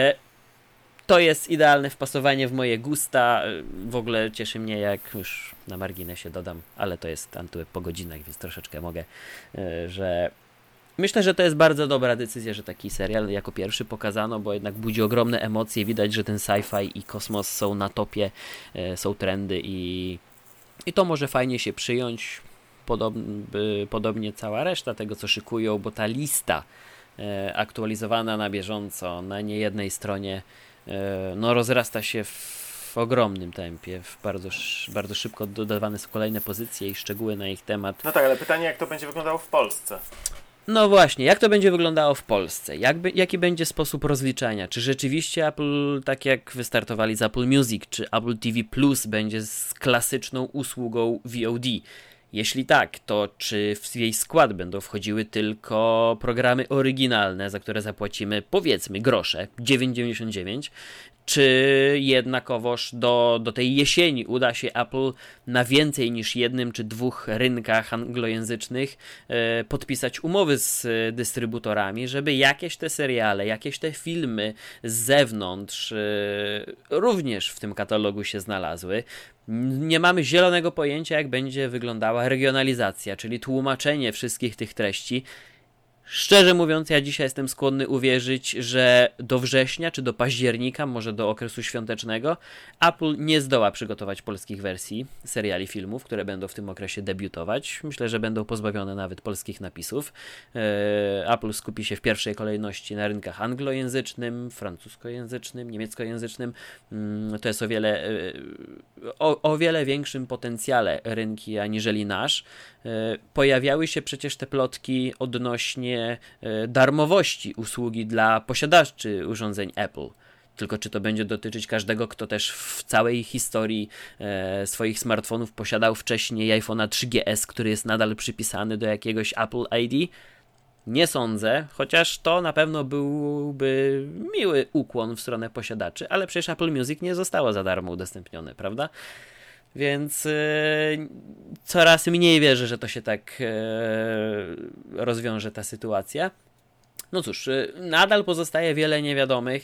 To jest idealne wpasowanie w moje gusta. W ogóle cieszy mnie, jak już na marginesie dodam, ale to jest Antyweb po godzinach, więc troszeczkę mogę, że myślę, że to jest bardzo dobra decyzja, że taki serial jako pierwszy pokazano, bo jednak budzi ogromne emocje. Widać, że ten sci-fi i kosmos są na topie, są trendy i to może fajnie się przyjąć. Podobnie cała reszta tego, co szykują, bo ta lista aktualizowana na bieżąco na niejednej stronie no rozrasta się w ogromnym tempie, bardzo szybko dodawane są kolejne pozycje i szczegóły na ich temat. No tak, ale pytanie, jak to będzie wyglądało w Polsce? No właśnie, jak to będzie wyglądało w Polsce? Jaki będzie sposób rozliczania? Czy rzeczywiście Apple, tak jak wystartowali z Apple Music, czy Apple TV Plus będzie z klasyczną usługą VOD? Jeśli tak, to czy w jej skład będą wchodziły tylko programy oryginalne, za które zapłacimy powiedzmy grosze, 9,99, czy jednakowoż do tej jesieni uda się Apple na więcej niż jednym czy 2 rynkach anglojęzycznych podpisać umowy z dystrybutorami, żeby jakieś te seriale, jakieś te filmy z zewnątrz również w tym katalogu się znalazły. Nie mamy zielonego pojęcia, jak będzie wyglądała regionalizacja, czyli tłumaczenie wszystkich tych treści. Szczerze mówiąc, ja dzisiaj jestem skłonny uwierzyć, że do września czy do października, może do okresu świątecznego, Apple nie zdoła przygotować polskich wersji seriali, filmów, które będą w tym okresie debiutować. Myślę, że będą pozbawione nawet polskich napisów. Apple skupi się w pierwszej kolejności na rynkach anglojęzycznym, francuskojęzycznym, niemieckojęzycznym. To jest o wiele większym potencjale rynki aniżeli nasz. Pojawiały się przecież te plotki odnośnie darmowości usługi dla posiadaczy urządzeń Apple. Tylko czy to będzie dotyczyć każdego, kto też w całej historii swoich smartfonów posiadał wcześniej iPhone'a 3GS, który jest nadal przypisany do jakiegoś Apple ID? Nie sądzę, chociaż to na pewno byłby miły ukłon w stronę posiadaczy, ale przecież Apple Music nie zostało za darmo udostępnione, prawda? Więc coraz mniej wierzę, że to się tak rozwiąże ta sytuacja. No cóż, nadal pozostaje wiele niewiadomych.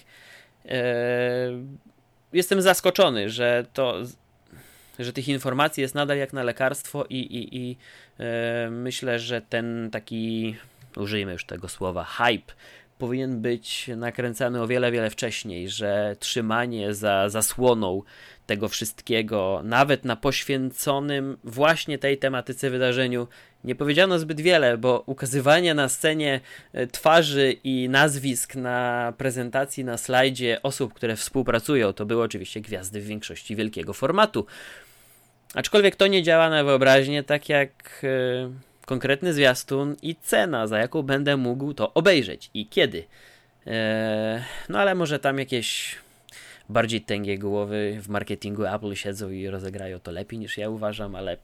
Jestem zaskoczony, że tych informacji jest nadal jak na lekarstwo i myślę, że ten taki, użyjmy już tego słowa, hype powinien być nakręcany o wiele, wiele wcześniej, że trzymanie za zasłoną tego wszystkiego, nawet na poświęconym właśnie tej tematyce wydarzeniu, nie powiedziano zbyt wiele, bo ukazywanie na scenie twarzy i nazwisk na prezentacji, na slajdzie osób, które współpracują, to były oczywiście gwiazdy w większości wielkiego formatu. Aczkolwiek to nie działa na wyobraźnię, tak jak konkretny zwiastun i cena, za jaką będę mógł to obejrzeć i kiedy. No ale może tam jakieś bardziej tęgie głowy w marketingu Apple siedzą i rozegrają to lepiej niż ja uważam, ale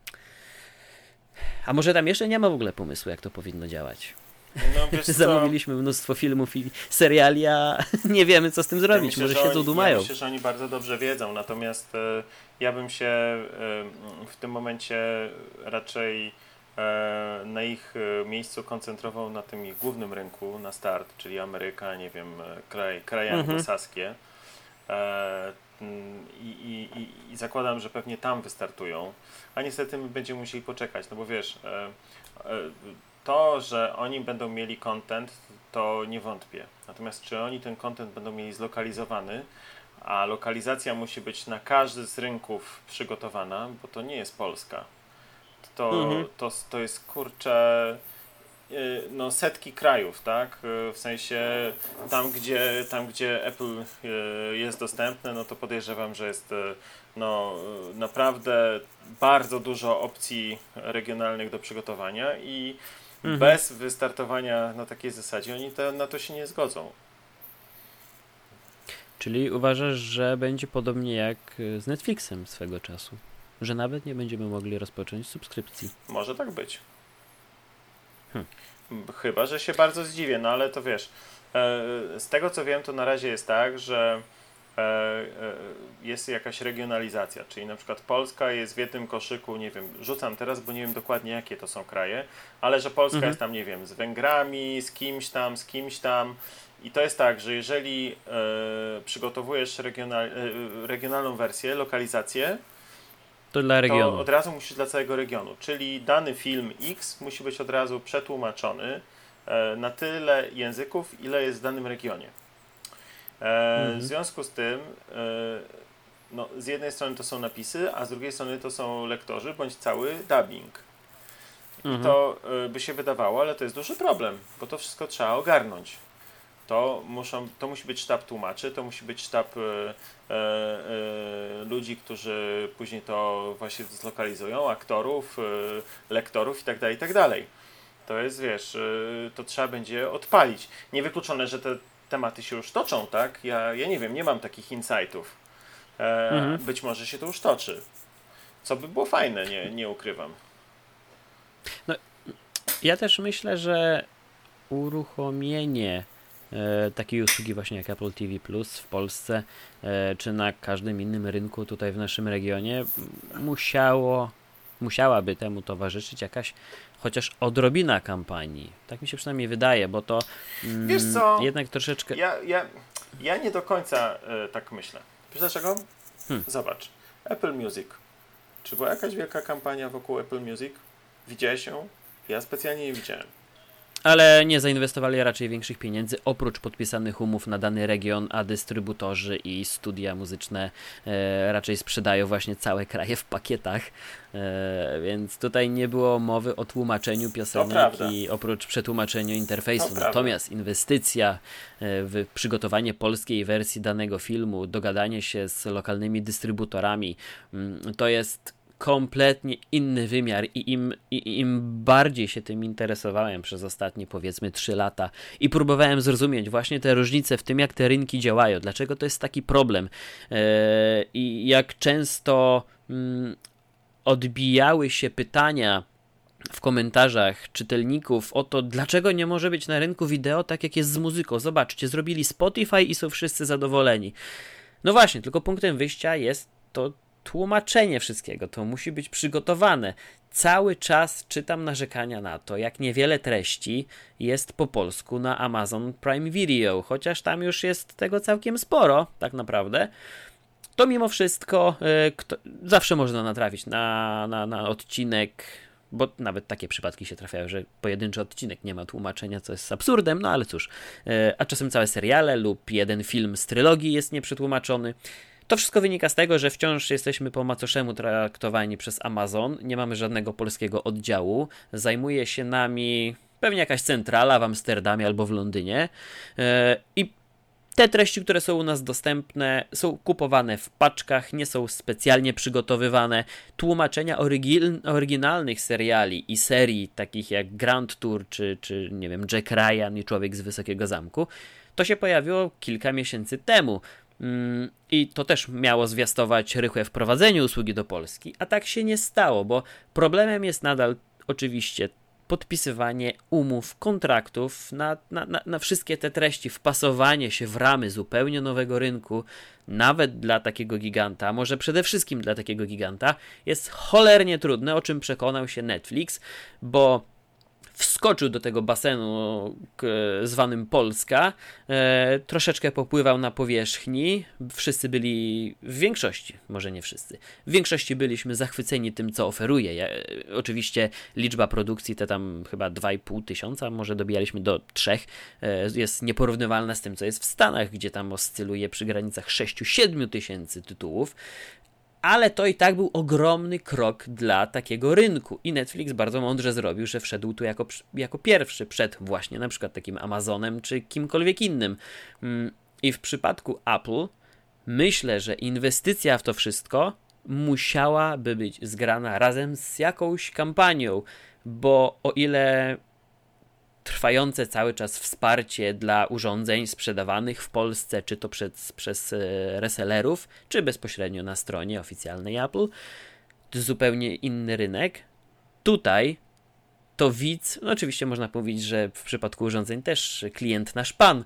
a może tam jeszcze nie ma w ogóle pomysłu, jak to powinno działać. No, wiesz co? Zamówiliśmy mnóstwo filmów i seriali, a nie wiemy, co z tym zrobić. Może siedzą, dumają. Ja myślę, że oni bardzo dobrze wiedzą, natomiast ja bym się w tym momencie raczej na ich miejscu koncentrował na tym ich głównym rynku, na start, czyli Ameryka, nie wiem, kraje anglosaskie. I zakładam, że pewnie tam wystartują, a niestety my będziemy musieli poczekać, no bo wiesz, to, że oni będą mieli content, to nie wątpię. Natomiast czy oni ten content będą mieli zlokalizowany, a lokalizacja musi być na każdy z rynków przygotowana, bo to nie jest Polska. To jest, kurczę, no setki krajów, tak? W sensie tam, gdzie Apple jest dostępne, no to podejrzewam, że jest no naprawdę bardzo dużo opcji regionalnych do przygotowania i bez wystartowania na takiej zasadzie oni na to się nie zgodzą. Czyli uważasz, że będzie podobnie jak z Netflixem swego czasu? Że nawet nie będziemy mogli rozpocząć subskrypcji? Może tak być. Chyba, że się bardzo zdziwię, no ale to wiesz, z tego co wiem, to na razie jest tak, że jest jakaś regionalizacja, czyli na przykład Polska jest w jednym koszyku, nie wiem, rzucam teraz, bo nie wiem dokładnie jakie to są kraje, ale że Polska jest tam, nie wiem, z Węgrami, z kimś tam i to jest tak, że jeżeli przygotowujesz regionalną wersję, lokalizację, to dla regionu. To od razu musisz dla całego regionu, czyli dany film X musi być od razu przetłumaczony na tyle języków, ile jest w danym regionie. W związku z tym no, z jednej strony to są napisy, a z drugiej strony to są lektorzy, bądź cały dubbing. I to by się wydawało, ale to jest duży problem, bo to wszystko trzeba ogarnąć. To musi być sztab tłumaczy, to musi być sztab ludzi, którzy później to właśnie zlokalizują, aktorów, lektorów itd., itd. To jest, wiesz, to trzeba będzie odpalić. Niewykluczone, że te tematy się już toczą, tak? Ja nie wiem, nie mam takich insightów. Być może się to już toczy. Co by było fajne, nie ukrywam. No, ja też myślę, że uruchomienie takiej usługi właśnie jak Apple TV Plus w Polsce, czy na każdym innym rynku tutaj w naszym regionie musiałaby temu towarzyszyć jakaś chociaż odrobina kampanii. Tak mi się przynajmniej wydaje, bo to wiesz co? jednak troszeczkę... Ja nie do końca tak myślę. Wiesz dlaczego? Zobacz. Apple Music. Czy była jakaś wielka kampania wokół Apple Music? Widziałeś ją? Ja specjalnie nie widziałem. Ale nie zainwestowali raczej większych pieniędzy, oprócz podpisanych umów na dany region, a dystrybutorzy i studia muzyczne raczej sprzedają właśnie całe kraje w pakietach, więc tutaj nie było mowy o tłumaczeniu piosenek i oprócz przetłumaczeniu interfejsu. Natomiast inwestycja w przygotowanie polskiej wersji danego filmu, dogadanie się z lokalnymi dystrybutorami, to jest kompletnie inny wymiar i im bardziej się tym interesowałem przez ostatnie powiedzmy 3 lata i próbowałem zrozumieć właśnie te różnice w tym, jak te rynki działają, dlaczego to jest taki problem i jak często odbijały się pytania w komentarzach czytelników o to, dlaczego nie może być na rynku wideo tak jak jest z muzyką. Zobaczcie, zrobili Spotify i są wszyscy zadowoleni. No właśnie, tylko punktem wyjścia jest to tłumaczenie wszystkiego, to musi być przygotowane. Cały czas czytam narzekania na to, jak niewiele treści jest po polsku na Amazon Prime Video, chociaż tam już jest tego całkiem sporo, tak naprawdę. To mimo wszystko zawsze można natrafić na odcinek, bo nawet takie przypadki się trafiają, że pojedynczy odcinek nie ma tłumaczenia, co jest absurdem, no ale cóż. A czasem całe seriale lub jeden film z trylogii jest nieprzetłumaczony. To wszystko wynika z tego, że wciąż jesteśmy po macoszemu traktowani przez Amazon, nie mamy żadnego polskiego oddziału, zajmuje się nami pewnie jakaś centrala w Amsterdamie albo w Londynie i te treści, które są u nas dostępne, są kupowane w paczkach, nie są specjalnie przygotowywane. Tłumaczenia oryginalnych seriali i serii, takich jak Grand Tour, czy nie wiem, Jack Ryan i Człowiek z Wysokiego Zamku, to się pojawiło kilka miesięcy temu. I to też miało zwiastować rychłe wprowadzenie usługi do Polski, a tak się nie stało, bo problemem jest nadal oczywiście podpisywanie umów, kontraktów na wszystkie te treści, wpasowanie się w ramy zupełnie nowego rynku, nawet dla takiego giganta, może przede wszystkim dla takiego giganta, jest cholernie trudne, o czym przekonał się Netflix, bo wskoczył do tego basenu zwanym Polska, troszeczkę popływał na powierzchni, wszyscy byli, w większości, może nie wszyscy, w większości byliśmy zachwyceni tym, co oferuje. Oczywiście liczba produkcji, te tam chyba 2,5 tysiąca, może dobijaliśmy do 3, jest nieporównywalna z tym, co jest w Stanach, gdzie tam oscyluje przy granicach 6-7 tysięcy tytułów. Ale to i tak był ogromny krok dla takiego rynku i Netflix bardzo mądrze zrobił, że wszedł tu jako pierwszy przed właśnie na przykład takim Amazonem czy kimkolwiek innym. I w przypadku Apple myślę, że inwestycja w to wszystko musiałaby być zgrana razem z jakąś kampanią, bo o ile trwające cały czas wsparcie dla urządzeń sprzedawanych w Polsce, czy to przez resellerów, czy bezpośrednio na stronie oficjalnej Apple, to zupełnie inny rynek. Tutaj to widz, no oczywiście można powiedzieć, że w przypadku urządzeń też klient nasz pan,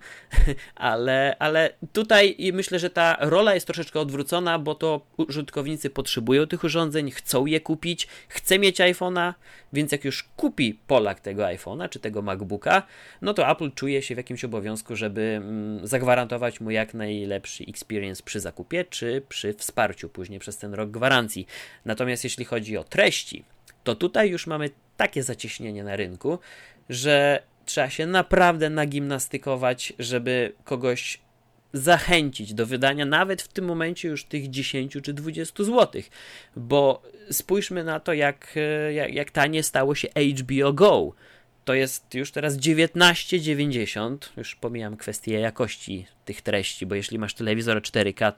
ale tutaj myślę, że ta rola jest troszeczkę odwrócona, bo to użytkownicy potrzebują tych urządzeń, chcą je kupić, chce mieć iPhone'a, więc jak już kupi Polak tego iPhone'a czy tego MacBooka, no to Apple czuje się w jakimś obowiązku, żeby zagwarantować mu jak najlepszy experience przy zakupie, czy przy wsparciu później przez ten rok gwarancji. Natomiast jeśli chodzi o treści, to tutaj już mamy takie zacieśnienie na rynku, że trzeba się naprawdę nagimnastykować, żeby kogoś zachęcić do wydania nawet w tym momencie już tych 10 czy 20 zł, bo spójrzmy na to, jak tanie stało się HBO Go. To jest już teraz 19,90, już pomijam kwestię jakości tych treści, bo jeśli masz telewizor 4K,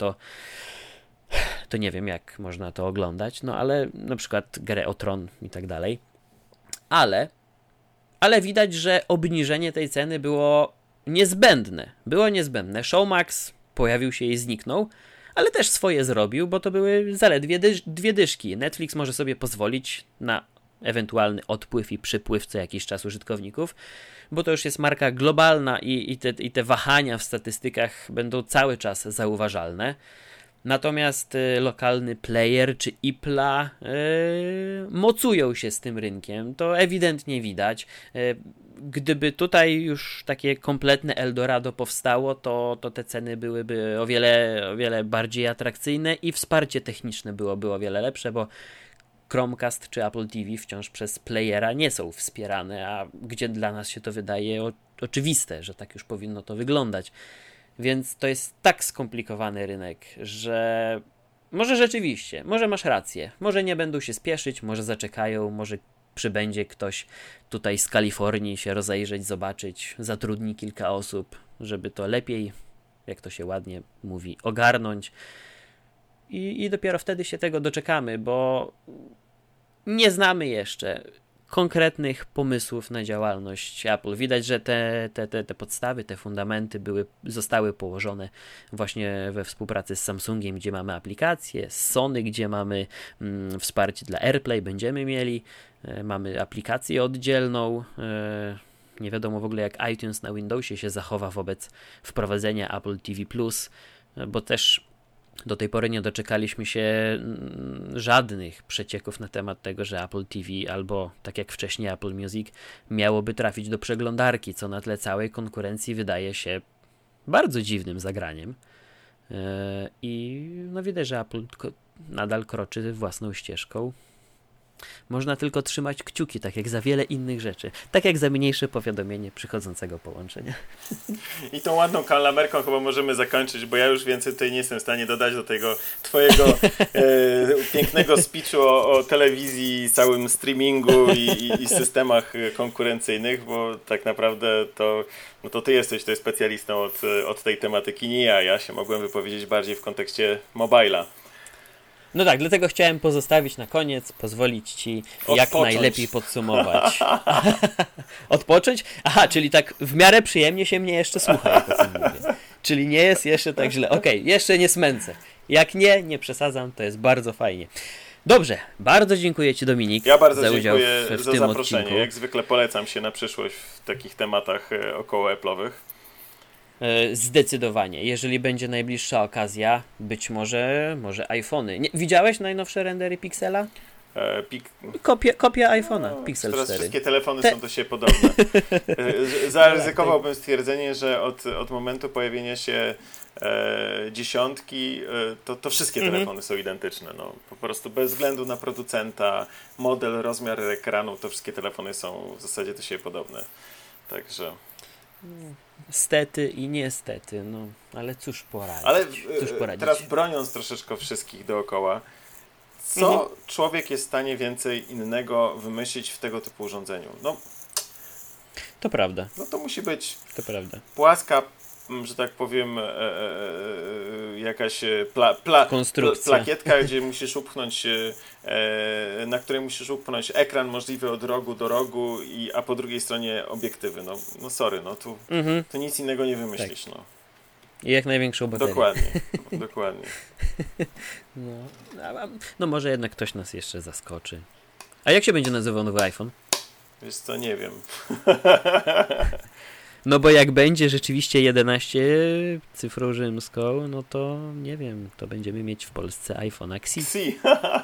to nie wiem, jak można to oglądać, no ale na przykład grę o Tron i tak dalej. Ale widać, że obniżenie tej ceny było niezbędne. Showmax pojawił się i zniknął, ale też swoje zrobił, bo to były zaledwie 2 dyszki. Netflix może sobie pozwolić na ewentualny odpływ i przypływ co jakiś czas użytkowników, bo to już jest marka globalna i te wahania w statystykach będą cały czas zauważalne. Natomiast lokalny player czy IPLA mocują się z tym rynkiem. To ewidentnie widać. Gdyby tutaj już takie kompletne Eldorado powstało, to te ceny byłyby o wiele bardziej atrakcyjne i wsparcie techniczne byłoby o wiele lepsze, bo Chromecast czy Apple TV wciąż przez playera nie są wspierane, a gdzie dla nas się to wydaje oczywiste, że tak już powinno to wyglądać. Więc to jest tak skomplikowany rynek, że może rzeczywiście, może masz rację, może nie będą się spieszyć, może zaczekają, może przybędzie ktoś tutaj z Kalifornii się rozejrzeć, zobaczyć, zatrudni kilka osób, żeby to lepiej, jak to się ładnie mówi, ogarnąć. I dopiero wtedy się tego doczekamy, bo nie znamy jeszcze konkretnych pomysłów na działalność Apple. Widać, że te podstawy, te fundamenty zostały położone właśnie we współpracy z Samsungiem, gdzie mamy aplikacje, z Sony, gdzie mamy wsparcie dla AirPlay, będziemy mieli, mamy aplikację oddzielną, nie wiadomo w ogóle jak iTunes na Windowsie się zachowa wobec wprowadzenia Apple TV+, bo też Do tej pory nie doczekaliśmy się żadnych przecieków na temat tego, że Apple TV albo, tak jak wcześniej Apple Music, miałoby trafić do przeglądarki, co na tle całej konkurencji wydaje się bardzo dziwnym zagraniem. I no widać, że Apple nadal kroczy własną ścieżką. Można tylko trzymać kciuki, tak jak za wiele innych rzeczy. Tak jak za mniejsze powiadomienie przychodzącego połączenia. I tą ładną kalamerką chyba możemy zakończyć, bo ja już więcej tutaj nie jestem w stanie dodać do tego twojego pięknego speechu o telewizji, całym streamingu i systemach konkurencyjnych, bo tak naprawdę to ty jesteś tutaj specjalistą od tej tematyki, nie ja. Ja się mogłem wypowiedzieć bardziej w kontekście mobile'a. No tak, dlatego chciałem pozostawić na koniec, pozwolić ci jak najlepiej podsumować. Odpocząć? Aha, czyli tak w miarę przyjemnie się mnie jeszcze słucha, jak o tym mówię. Czyli nie jest jeszcze tak źle. Okej, jeszcze nie smęcę. Jak nie przesadzam, to jest bardzo fajnie. Dobrze, bardzo dziękuję ci, Dominik, ja bardzo za udział dziękuję w za tym zaproszenie. odcinku. Jak zwykle polecam się na przyszłość w takich tematach około Apple'owych. Zdecydowanie. Jeżeli będzie najbliższa okazja, być może iPhony. Widziałeś najnowsze rendery Pixela? Kopia iPhone'a, Pixel teraz 4. Wszystkie telefony są do siebie podobne. Zaryzykowałbym stwierdzenie, że od momentu pojawienia się dziesiątki, to wszystkie telefony są identyczne. No, po prostu bez względu na producenta, model, rozmiar ekranu, to wszystkie telefony są w zasadzie do siebie podobne. Także... Stety i niestety, no, ale cóż poradzić. Ale cóż poradzić. Teraz broniąc troszeczkę wszystkich dookoła, co człowiek jest w stanie więcej innego wymyślić w tego typu urządzeniu? No, to prawda. No to musi być to prawda. Płaska, że tak powiem, jakaś plakietka, gdzie musisz upchnąć, na której musisz upchnąć ekran możliwy od rogu do rogu, a po drugiej stronie obiektywy. No sorry, no tu nic innego nie wymyślisz. Tak. No. I jak największą baterię. Dokładnie. No może jednak ktoś nas jeszcze zaskoczy. A jak się będzie nazywał nowy iPhone? Wiesz co, nie wiem. No bo jak będzie rzeczywiście 11 cyfrą rzymską, no to nie wiem, to będziemy mieć w Polsce iPhone'a Xi.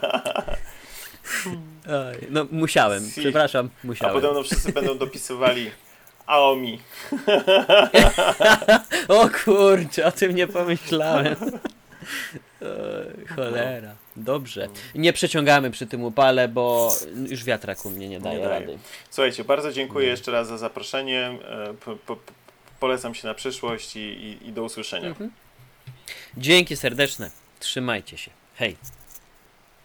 No musiałem, przepraszam, musiałem. A podobno wszyscy będą dopisywali Aomi. O kurczę, o tym nie pomyślałem. Cholera. Dobrze. Nie przeciągamy przy tym upale, bo już wiatrak u mnie nie daje rady. Słuchajcie, bardzo dziękuję jeszcze raz za zaproszenie. Polecam się na przyszłość i do usłyszenia. Dzięki serdeczne. Trzymajcie się. Hej.